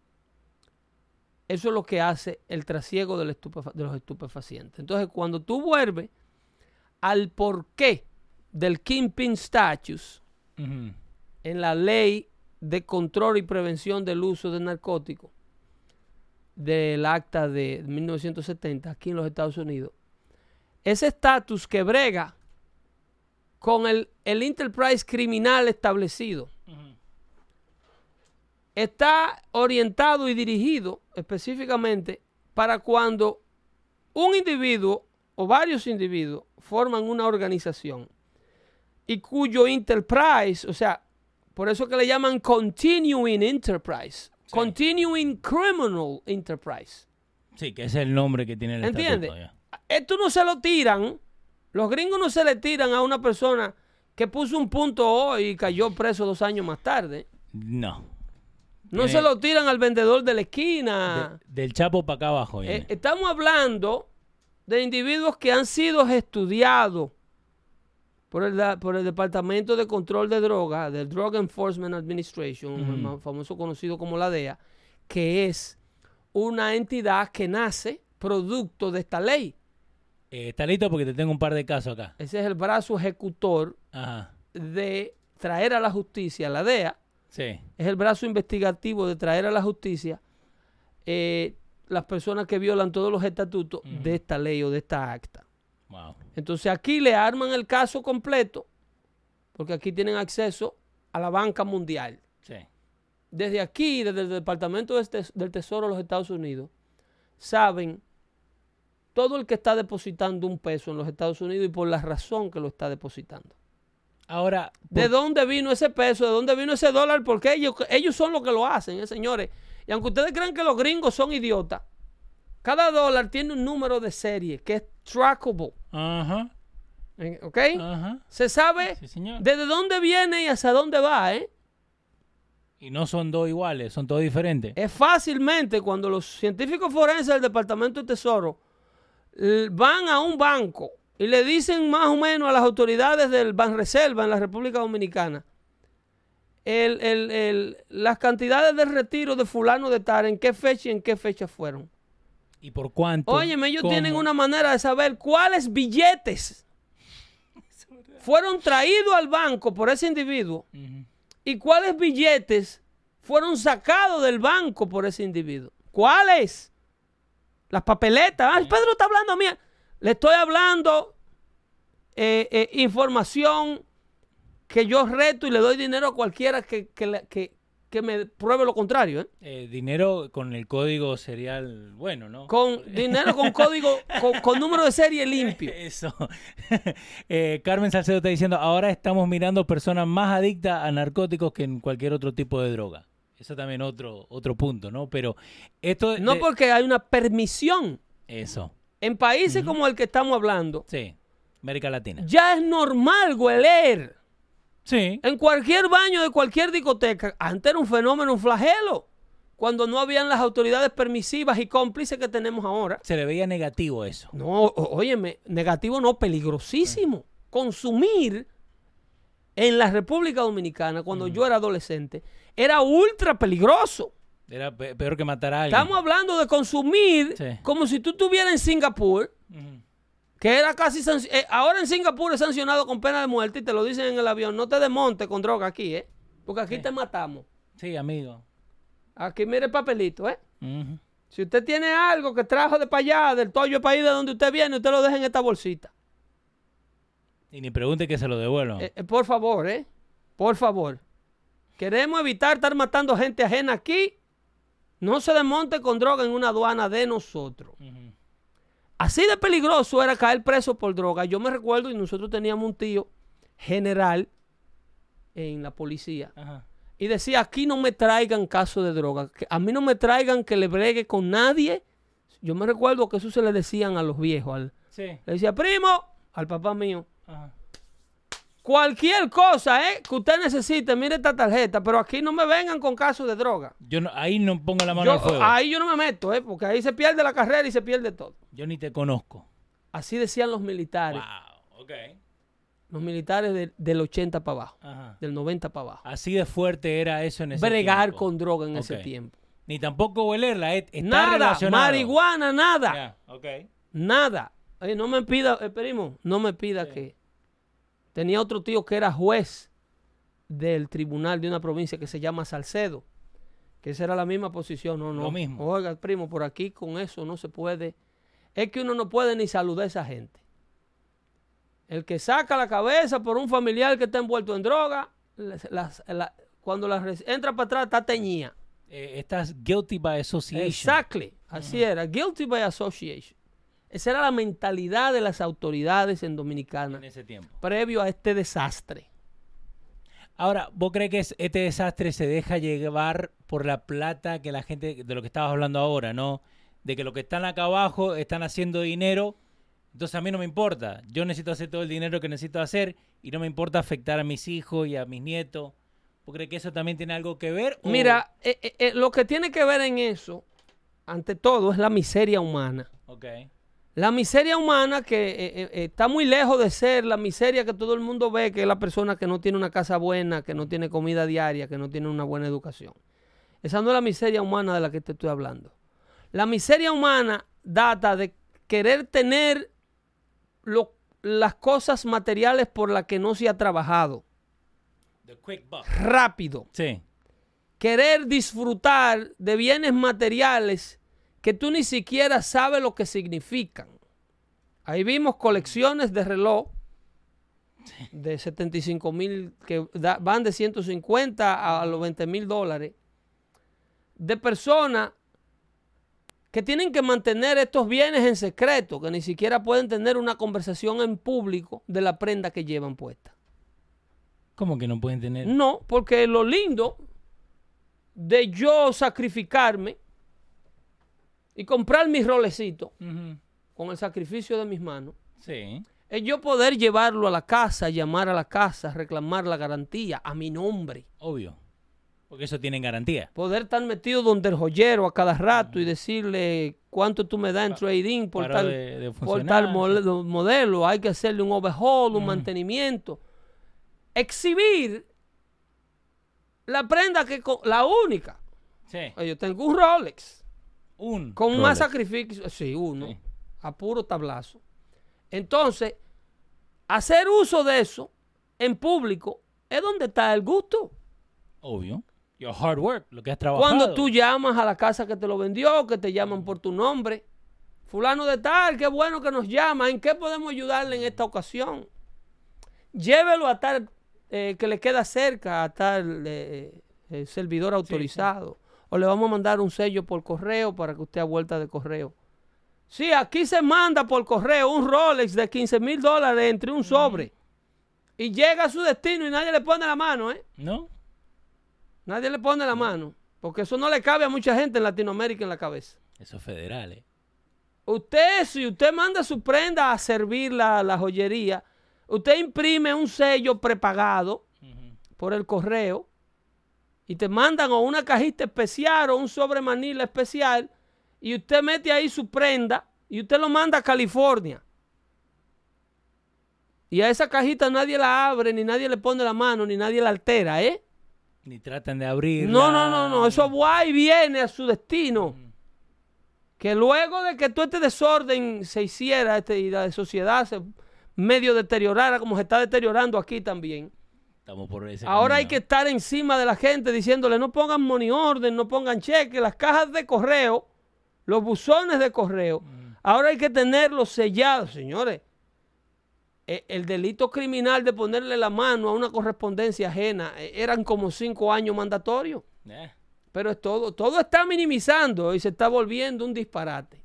Eso es lo que hace el trasiego del estupefa- de los estupefacientes. Entonces, cuando tú vuelves al porqué del Kingpin Status uh-huh. en la ley de control y prevención del uso de narcóticos del acta de mil novecientos setenta aquí en los Estados Unidos, ese estatus que brega con el, el enterprise criminal establecido uh-huh. está orientado y dirigido específicamente para cuando un individuo o varios individuos forman una organización y cuyo enterprise, o sea, por eso que le llaman continuing enterprise, sí. continuing criminal enterprise. Sí, que ese es el nombre que tiene el ¿Entiendes? estatuto. Ya. Esto no se lo tiran, los gringos no se le tiran a una persona que puso un punto hoy y cayó preso dos años más tarde. No. No Tiene, se lo tiran al vendedor de la esquina. De, del Chapo para acá abajo. Eh, estamos hablando de individuos que han sido estudiados por el, por el Departamento de Control de Drogas, del Drug Enforcement Administration, mm. el más famoso conocido como la D E A, que es una entidad que nace producto de esta ley. Eh, está listo porque te tengo un par de casos acá. Ese es el brazo ejecutor Ajá. de traer a la justicia, la D E A. Sí. Es el brazo investigativo de traer a la justicia eh, las personas que violan todos los estatutos uh-huh. de esta ley o de esta acta. Wow. Entonces aquí le arman el caso completo porque aquí tienen acceso a la banca mundial. Sí. Desde aquí, desde el Departamento del Tesoro de los Estados Unidos, saben todo el que está depositando un peso en los Estados Unidos y por la razón que lo está depositando. Ahora, ¿de por... dónde vino ese peso? ¿De dónde vino ese dólar? Porque ellos, ellos son los que lo hacen, ¿eh, señores? Y aunque ustedes crean que los gringos son idiotas, cada dólar tiene un número de serie que es trackable. Ajá. ¿Ok? Ajá. Se sabe sí, desde dónde viene y hacia dónde va, ¿eh? Y no son dos iguales, son todos diferentes. Es fácilmente cuando los científicos forenses del Departamento de Tesoro van a un banco y le dicen más o menos a las autoridades del Banreserva en la República Dominicana el, el, el, las cantidades de retiro de fulano de tal, en qué fecha y en qué fecha fueron. ¿Y por cuánto? Óyeme, ellos ¿Cómo? tienen una manera de saber cuáles billetes fueron traídos al banco por ese individuo uh-huh. y cuáles billetes fueron sacados del banco por ese individuo. ¿Cuáles? Las papeletas. Ay, Pedro está hablando a mí. Le estoy hablando eh, eh, información que yo reto y le doy dinero a cualquiera que, que, que, que me pruebe lo contrario. ¿eh? Eh, dinero con el código serial bueno, ¿no? Con dinero con código, con, con número de serie limpio. Eso. eh, Carmen Salcedo está diciendo, ahora estamos mirando personas más adictas a narcóticos que en cualquier otro tipo de droga. Eso también otro otro punto, ¿no? Pero esto... No de... porque hay una permisión. Eso. En países uh-huh. como el que estamos hablando. Sí, América Latina. Ya es normal hueler. Sí. En cualquier baño de cualquier discoteca. Antes era un fenómeno, un flagelo. Cuando no habían las autoridades permisivas y cómplices que tenemos ahora. Se le veía negativo eso. No, óyeme, negativo no, peligrosísimo. Sí. Consumir en la República Dominicana, cuando uh-huh. yo era adolescente, era ultra peligroso. Era pe- peor que matar a alguien. Estamos hablando de consumir sí. como si tú estuvieras en Singapur, uh-huh. que era casi... Sanc- eh, ahora en Singapur es sancionado con pena de muerte y te lo dicen en el avión. No te desmontes con droga aquí, ¿eh? Porque aquí sí. te matamos. Sí, amigo. Aquí mire el papelito, ¿eh? Uh-huh. Si usted tiene algo que trajo de para allá, del Toyo país de donde usted viene, usted lo deja en esta bolsita. Y ni pregunte que se lo devuelvan. Eh, eh, por favor, ¿eh? Por favor. Queremos evitar estar matando gente ajena aquí. No se desmonte con droga en una aduana de nosotros. Uh-huh. Así de peligroso era caer preso por droga. Yo me recuerdo y nosotros teníamos un tío general en la policía. Uh-huh. Y decía, aquí no me traigan caso de droga. Que a mí no me traigan que le bregue con nadie. Yo me recuerdo que eso se le decían a los viejos. Al, sí. Le decía, primo, al papá mío. Uh-huh. Cualquier cosa eh, que usted necesite, mire esta tarjeta, pero aquí no me vengan con casos de droga. Yo no, ahí no pongo la mano yo, al fuego. Ahí yo no me meto, eh, porque ahí se pierde la carrera y se pierde todo. Yo ni te conozco. Así decían los militares. Wow, ok. Los militares de, del ochenta para abajo, Ajá. del noventa para abajo. Así de fuerte era eso en ese Bregar tiempo. con droga en okay. ese tiempo. Ni tampoco olerla, eh, está nada, relacionado. Marihuana, nada. Yeah, okay. Nada. Oye, no me pida, eh, primo, no me pida sí. que... Tenía otro tío que era juez del tribunal de una provincia que se llama Salcedo, que esa era la misma posición. No, no. Lo mismo. Oiga, primo, por aquí con eso no se puede. Es que uno no puede ni saludar a esa gente. El que saca la cabeza por un familiar que está envuelto en droga, las, las, la, cuando la entra para atrás está teñida. Eh, estás guilty by association. Exactly. Así uh-huh. era. Guilty by association. Esa era la mentalidad de las autoridades en Dominicana en ese tiempo, previo a este desastre. Ahora, ¿vos crees que este desastre se deja llevar por la plata que la gente, de lo que estabas hablando ahora, ¿no? De que los que están acá abajo están haciendo dinero, entonces a mí no me importa. Yo necesito hacer todo el dinero que necesito hacer y no me importa afectar a mis hijos y a mis nietos. ¿Vos crees que eso también tiene algo que ver? ¿O? Mira, eh, eh, lo que tiene que ver en eso, ante todo, es la miseria humana. Okay. La miseria humana que eh, eh, está muy lejos de ser la miseria que todo el mundo ve, que es la persona que no tiene una casa buena, que no tiene comida diaria, que no tiene una buena educación. Esa no es la miseria humana de la que te estoy hablando. La miseria humana data de querer tener lo, las cosas materiales por las que no se ha trabajado. The quick buck. Rápido. Sí. Querer disfrutar de bienes materiales que tú ni siquiera sabes lo que significan. Ahí vimos colecciones de reloj de setenta y cinco mil, que da, van de ciento cincuenta a los veinte mil dólares, de personas que tienen que mantener estos bienes en secreto, que ni siquiera pueden tener una conversación en público de la prenda que llevan puesta. ¿Cómo que no pueden tener? No, porque lo lindo de yo sacrificarme y comprar mis rolecitos uh-huh. con el sacrificio de mis manos, sí. es yo poder llevarlo a la casa, llamar a la casa, reclamar la garantía a mi nombre. Obvio, porque eso tiene garantía. Poder estar metido donde el joyero a cada rato uh-huh. y decirle cuánto tú me das en pa trading por tal, de, de por tal modelo, modelo, hay que hacerle un overhaul, un uh-huh. mantenimiento. Exhibir la prenda que, la única. Sí. Yo tengo un Rolex. Un Con Rolex. más sacrificio. Sí, uno. Sí. A puro tablazo. Entonces, hacer uso de eso en público es donde está el gusto. Obvio. Your hard work, lo que has trabajado. Cuando tú llamas a la casa que te lo vendió, que te llaman por tu nombre. Fulano de tal, qué bueno que nos llama. ¿En qué podemos ayudarle en esta ocasión? Llévelo a tal eh, que le queda cerca, a tal eh, eh, servidor autorizado. Sí, sí. O le vamos a mandar un sello por correo para que usted a vuelta de correo. Sí, aquí se manda por correo un Rolex de quince mil dólares entre un sobre. Mm. Y llega a su destino y nadie le pone la mano, ¿eh? No. Nadie le pone la mano. Porque eso no le cabe a mucha gente en Latinoamérica en la cabeza. Eso es federal, ¿eh? Usted, si usted manda su prenda a servir la, la joyería, usted imprime un sello prepagado uh-huh. por el correo y te mandan o una cajita especial o un sobre manila especial y usted mete ahí su prenda y usted lo manda a California. Y a esa cajita nadie la abre, ni nadie le pone la mano, ni nadie la altera, ¿eh? Ni tratan de abrirla. No, no, no, no. Eso va y viene a su destino. Uh-huh. Que luego de que todo este desorden se hiciera este, y la sociedad se medio deteriorara como se está deteriorando aquí también. Estamos por ese Ahora camino. Hay que estar encima de la gente diciéndole no pongan money order, no pongan cheque, las cajas de correo, los buzones de correo. Mm. Ahora hay que tenerlos sellados, señores. El, el delito criminal de ponerle la mano a una correspondencia ajena eran como cinco años mandatorios. Eh. Pero es todo, todo está minimizando y se está volviendo un disparate.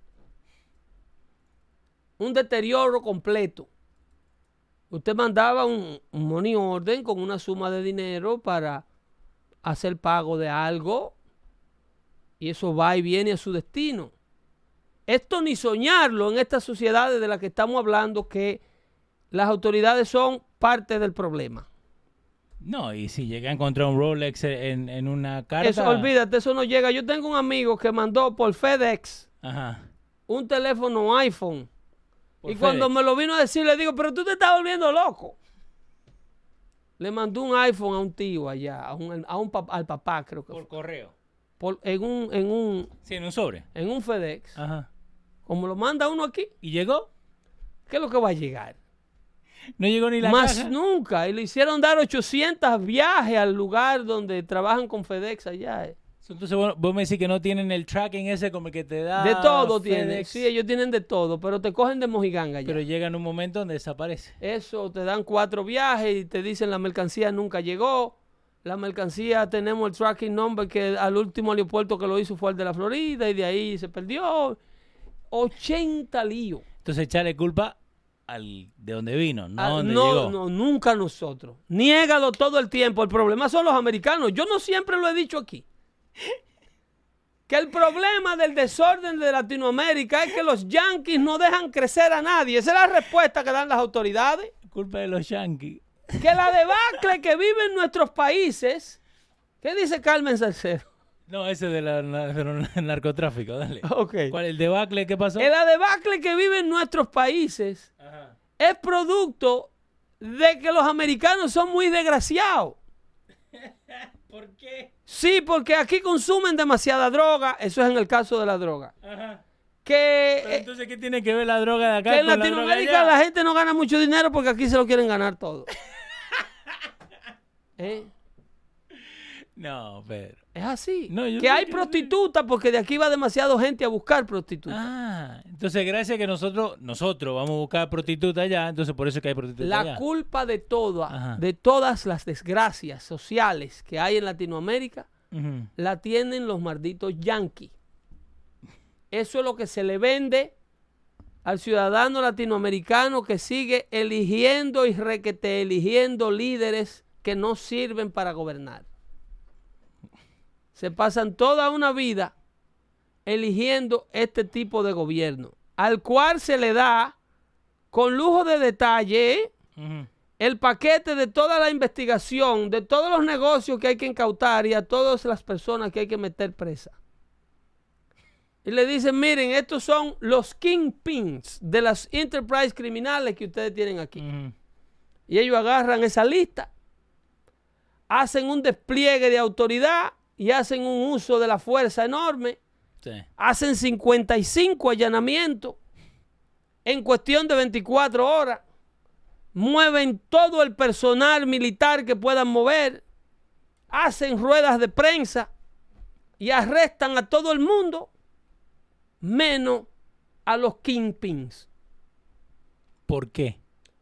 Un deterioro completo. Usted mandaba un, un money order con una suma de dinero para hacer pago de algo y eso va y viene a su destino. Esto ni soñarlo en estas sociedades de las que estamos hablando, que las autoridades son parte del problema. No, y si llega a encontrar un Rolex en, en una carta... Eso, olvídate, eso no llega. Yo tengo un amigo que mandó por FedEx Ajá. un teléfono iPhone. Por y FedEx. Cuando me lo vino a decir, le digo, pero tú te estás volviendo loco. Le mandó un iPhone a un tío allá, a un, a un papá, al papá creo que Por fue. correo. Por, en un, en un... Sí, en un sobre. En un FedEx. Ajá. Como lo manda uno aquí. ¿Y llegó? ¿Qué es lo que va a llegar? No llegó ni la Más caja. nunca. Y le hicieron dar ochocientos viajes al lugar donde trabajan con FedEx allá. Eh. Entonces vos, vos me decís que no tienen el tracking ese como el que te da De todo FedEx. tienen. Sí, ellos tienen de todo, pero te cogen de mojiganga ya. Pero llega en un momento donde desaparece. Eso, te dan cuatro viajes y te dicen la mercancía nunca llegó. La mercancía tenemos el tracking number que al último aeropuerto que lo hizo fue el de la Florida y de ahí se perdió. ochenta líos. Entonces echarle culpa al de donde vino, no ah, donde no, llegó. No, nunca nosotros. Niégalo todo el tiempo. El problema son los americanos. Yo no siempre lo he dicho aquí. Que el problema del desorden de Latinoamérica es que los yanquis no dejan crecer a nadie. Esa es la respuesta que dan las autoridades. Culpa de los yanquis. Que la debacle que viven nuestros países. ¿Qué dice Carmen Salcedo? No, ese de la, del narcotráfico, dale. Okay. ¿Cuál el debacle? ¿Qué pasó? El debacle que viven nuestros países Ajá. es producto de que los americanos son muy desgraciados. ¿Por qué? Sí, porque aquí consumen demasiada droga. Eso es en el caso de la droga. Ajá. Que, Pero entonces, ¿qué tiene que ver la droga de acá que en con Latinoamérica la, droga allá? la gente no gana mucho dinero porque aquí se lo quieren ganar todo. ¿Eh? No, pero... Es así. No, que hay que prostitutas porque de aquí va demasiado gente a buscar prostitutas. Ah, entonces gracias a que nosotros nosotros vamos a buscar prostitutas allá, entonces por eso es que hay prostitutas la allá. La culpa de toda, de todas las desgracias sociales que hay en Latinoamérica, uh-huh. la tienen los malditos yanquis. Eso es lo que se le vende al ciudadano latinoamericano que sigue eligiendo y requete eligiendo líderes que no sirven para gobernar. Se pasan toda una vida eligiendo este tipo de gobierno, al cual se le da, con lujo de detalle, uh-huh. el paquete de toda la investigación, de todos los negocios que hay que incautar y a todas las personas que hay que meter presa. Y le dicen, miren, estos son los kingpins de las enterprises criminales que ustedes tienen aquí. Uh-huh. Y ellos agarran esa lista, hacen un despliegue de autoridad y hacen un uso de la fuerza enorme. Sí. Hacen cincuenta y cinco allanamientos en cuestión de veinticuatro horas. Mueven todo el personal militar que puedan mover. Hacen ruedas de prensa y arrestan a todo el mundo, menos a los kingpins. ¿Por qué?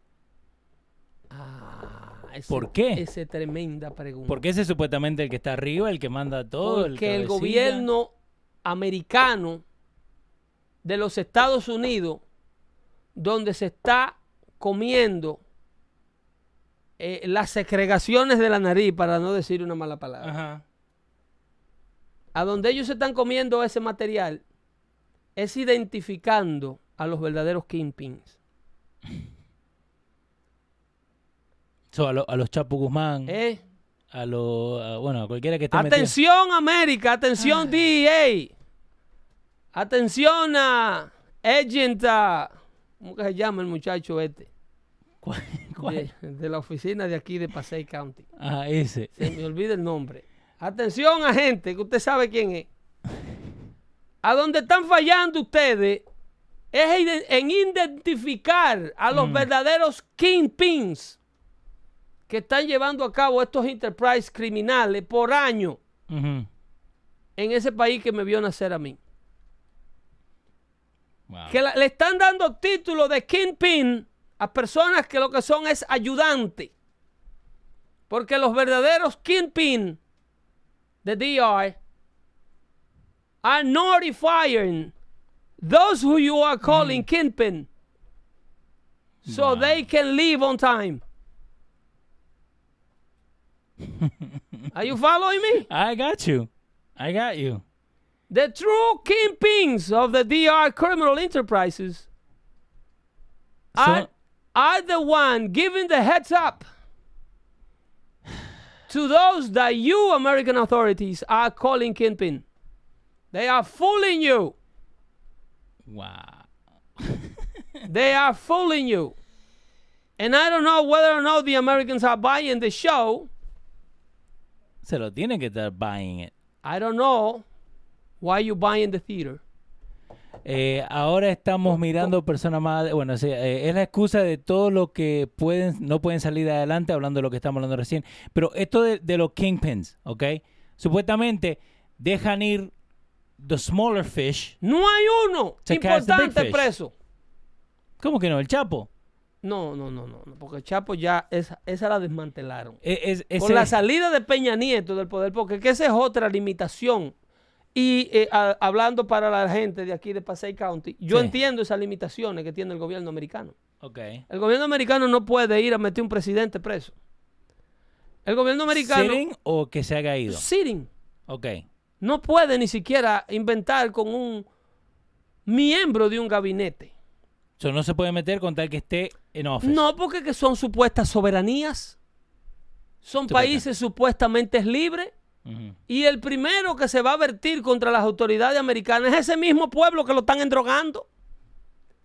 Ah. Ese, ¿Por qué? Esa es tremenda pregunta. Porque ese es supuestamente el que está arriba, el que manda todo. Porque el, el gobierno americano de los Estados Unidos, donde se está comiendo eh, las segregaciones de la nariz, para no decir una mala palabra, ajá. a donde ellos se están comiendo ese material, es identificando a los verdaderos kingpins. So, a, lo, a los Chapo Guzmán, ¿Eh? a los, a, bueno, a cualquiera que esté Atención metido. América, atención ah. D E A, atención a Agent, a, ¿cómo que se llama el muchacho este? ¿Cuál? ¿Cuál? De, de la oficina de aquí de Passaic County. Ah, ese. Se me olvida el nombre. Atención a gente, que usted sabe quién es. A donde están fallando ustedes es en identificar a los mm. verdaderos kingpins que están llevando a cabo estos enterprises criminales por año uh-huh. en ese país que me vio nacer a mí. Wow. Que la, le están dando título de kingpin a personas que lo que son es ayudante. Porque los verdaderos kingpin de D R are notifying those who you are calling mm. kingpin so wow. they can leave on time. Are you following me? I got you. I got you. The true kingpins of the D R criminal enterprises so, are, are the one giving the heads up to those that you American authorities are calling kingpin. They are fooling you. Wow. They are fooling you. And I don't know whether or not the Americans are buying the show. Se lo tienen que estar buying it. I don't know why you buying the theater. Eh, ahora estamos mirando personas más... Bueno, sí, eh, es la excusa de todo lo que pueden no pueden salir adelante, hablando de lo que estamos hablando recién. Pero esto de, de los kingpins, ¿ok? Supuestamente dejan ir the smaller fish. No hay uno importante preso. ¿Cómo que no? ¿El Chapo? No, no, no, no, porque el Chapo ya, esa, esa la desmantelaron. Es, es, Con la salida de Peña Nieto del poder, porque que esa es otra limitación. Y eh, a, hablando para la gente de aquí de Passaic County, yo sí. entiendo esas limitaciones que tiene el gobierno americano. Okay. El gobierno americano no puede ir a meter un presidente preso. El gobierno americano... ¿Sitting o que se haga ido? Sitting. Ok. No puede ni siquiera inventar con un miembro de un gabinete. So, no se puede meter con tal que esté en office. No, porque que son supuestas soberanías. Son Tú países verdad. supuestamente libres. Uh-huh. Y el primero que se va a vertir contra las autoridades americanas es ese mismo pueblo que lo están endrogando.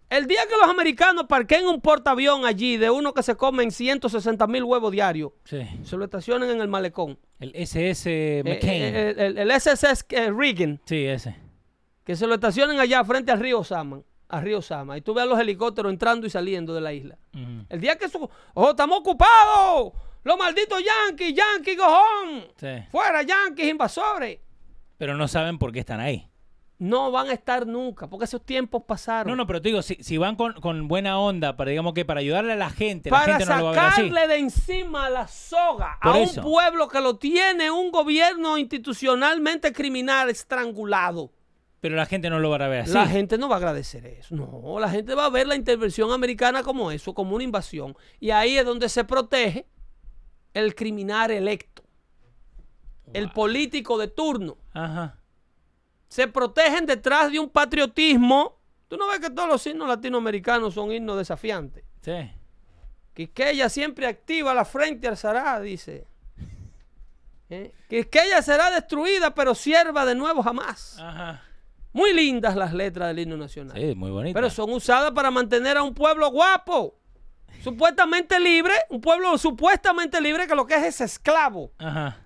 El día que los americanos parqueen un portaavión allí de uno que se comen ciento sesenta mil huevos diarios, Sí. se lo estacionen en el malecón. El S S McCain. Eh, el, el- el S S S eh, Reagan, Sí, ese. que se lo estacionen allá frente al río Sama, al río Sama, y tú veas los helicópteros entrando y saliendo de la isla. Ujú. El día que eso, ¡oh, estamos ocupados! Los malditos yankees, yankees, go home. Sí. Fuera, yankees, invasores. Pero no saben por qué están ahí. No van a estar nunca, porque esos tiempos pasaron. No, no, pero te digo, si, si van con, con buena onda, para digamos que para ayudarle a la gente, la Para gente no lo va a ver así. sacarle de encima la soga Por a eso. un pueblo que lo tiene un gobierno institucionalmente criminal estrangulado. Pero la gente no lo va a ver así. La gente no va a agradecer eso. No, la gente va a ver la intervención americana como eso, como una invasión. Y ahí es donde se protege el criminal electo, el político de turno. Ajá. Se protegen detrás de un patriotismo. Tú no ves que todos los himnos latinoamericanos son himnos desafiantes. Sí. Quisqueya siempre activa la frente alzará, dice. ¿Eh? Quisqueya será destruida, pero sierva de nuevo jamás. Ajá. Muy lindas las letras del himno nacional. Sí, muy bonito. Pero son usadas para mantener a un pueblo guapo, supuestamente libre, un pueblo supuestamente libre que lo que es es esclavo. Ajá.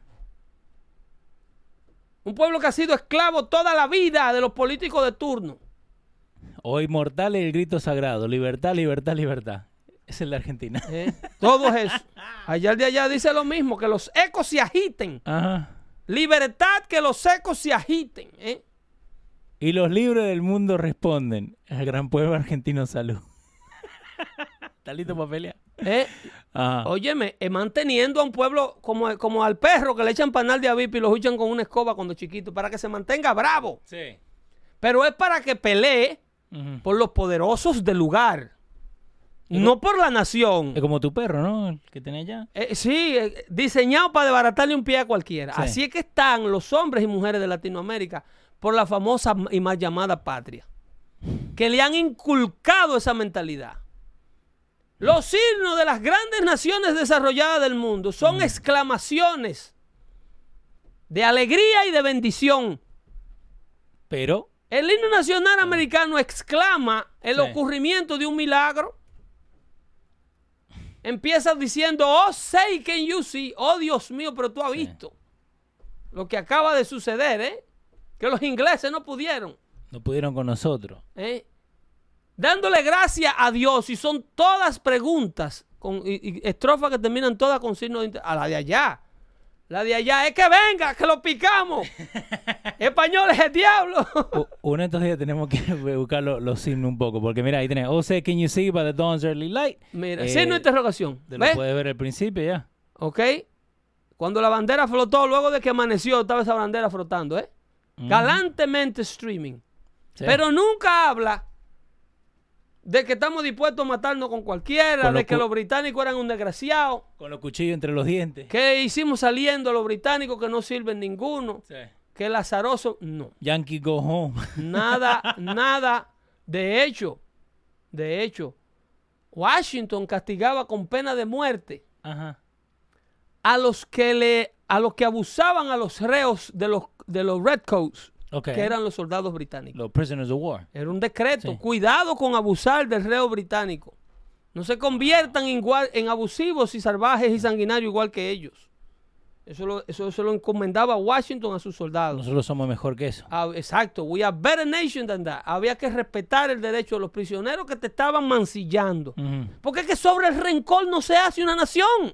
Un pueblo que ha sido esclavo toda la vida de los políticos de turno. O inmortal el grito sagrado. Libertad, libertad, libertad. Es el de Argentina. ¿Eh? Todo es eso. Allá el de allá dice lo mismo, que los ecos se agiten. Ajá. Libertad, que los ecos se agiten. ¿Eh? Y los libres del mundo responden. El gran pueblo argentino salud. ¿Está listo para pelear? ¿Eh? Ajá. Óyeme, eh, manteniendo a un pueblo como, como al perro que le echan panal de avipa y lo echan con una escoba cuando chiquito, para que se mantenga bravo. Sí. Pero es para que pelee Ujú. por los poderosos del lugar, Es no por la nación. Es como tu perro, ¿no? El que tenés allá. Eh, sí, eh, diseñado para desbaratarle un pie a cualquiera. Sí. Así es que están los hombres y mujeres de Latinoamérica por la famosa y mal llamada patria, que le han inculcado esa mentalidad. Los himnos de las grandes naciones desarrolladas del mundo son exclamaciones de alegría y de bendición. Pero, El himno nacional americano exclama el Sí. ocurrimiento de un milagro. Empieza diciendo, oh, say can you see, oh Dios mío, pero tú has Sí. visto lo que acaba de suceder, ¿eh? Que los ingleses no pudieron, no pudieron con nosotros. ¿eh? Dándole gracias a Dios, y son todas preguntas con, y, y estrofas que terminan todas con signos de inter- a la de allá. La de allá es que venga, que lo picamos. Español es el diablo. U- Uno de estos días tenemos que buscar lo- los signos un poco. Porque mira, ahí tenés. Oh, say, can you see by the dawn's early light? Mira, Eh, signo de interrogación. Te lo ¿Ves? puedes ver al principio ya. ¿Ok? Cuando la bandera flotó, luego de que amaneció, estaba esa bandera flotando, ¿eh? Mm. Galantemente streaming. Sí. Pero nunca habla de que estamos dispuestos a matarnos con cualquiera, Con lo de que cu- los británicos eran un desgraciado, Con los cuchillos entre los dientes. que hicimos saliendo a los británicos que no sirven ninguno, Sí. que el azaroso, no. Yankee go home. Nada, nada. De hecho, de hecho, Washington castigaba con pena de muerte Ajá. a los que le a los que abusaban a los reos de los de los Redcoats, Ok. que eran los soldados británicos. Los prisoners of war. Era un decreto. Sí. Cuidado con abusar del reo británico. No se conviertan igual, en abusivos y salvajes y sanguinarios igual que ellos. Eso lo, eso se lo encomendaba Washington a sus soldados. Nosotros somos mejor que eso. Ah, exacto. We are better nation than that. Había que respetar el derecho de los prisioneros que te estaban mancillando. Ujú. Porque es que sobre el rencor no se hace una nación.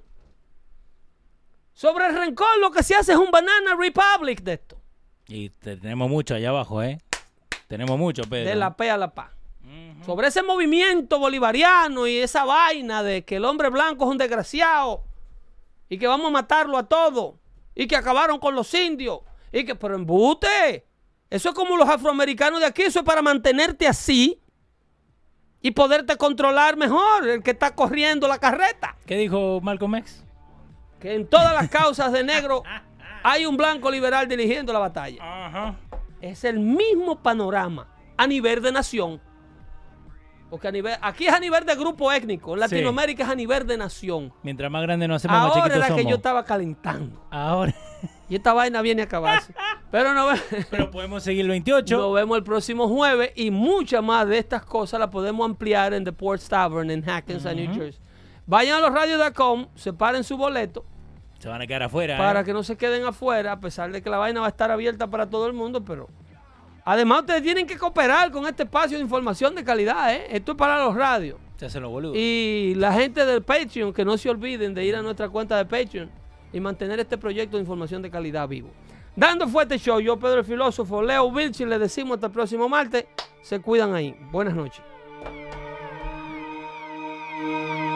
Sobre el rencor lo que se hace es un banana republic de esto. Y te- tenemos mucho allá abajo, ¿eh? Tenemos mucho, Pedro. De la P a la P. Sobre ese movimiento bolivariano y esa vaina de que el hombre blanco es un desgraciado y que vamos a matarlo a todos y que acabaron con los indios y que, pero embute, eso es como los afroamericanos de aquí, eso es para mantenerte así y poderte controlar mejor, el que está corriendo la carreta. ¿Qué dijo Malcolm X? Que en todas las causas de negro hay un blanco liberal dirigiendo la batalla. Ajá. Es el mismo panorama a nivel de nación. Porque a nivel, aquí es a nivel de grupo étnico, en Latinoamérica es a nivel de nación. Mientras más grande nos hacemos, más Ahora chiquitos era somos. que yo estaba calentando. Ahora. Y esta vaina viene a acabarse. Pero, no Pero podemos seguir el veintiocho. Nos vemos el próximo jueves y muchas más de estas cosas las podemos ampliar en The Ports Tavern en Hackensack, uh-huh. New Jersey. Vayan a los radios punto com, separen su boleto. Se van a quedar afuera. Para ¿eh? que no se queden afuera, a pesar de que la vaina va a estar abierta para todo el mundo, pero... Además, ustedes tienen que cooperar con este espacio de información de calidad, ¿eh? Esto es para los radios. Se hacen los boludos. Y la gente del Patreon, que no se olviden de ir a nuestra cuenta de Patreon y mantener este proyecto de información de calidad vivo. Dando Fuerte Show, yo Pedro el Filósofo, Leo Vilchi, les decimos hasta el próximo martes. Se cuidan ahí. Buenas noches.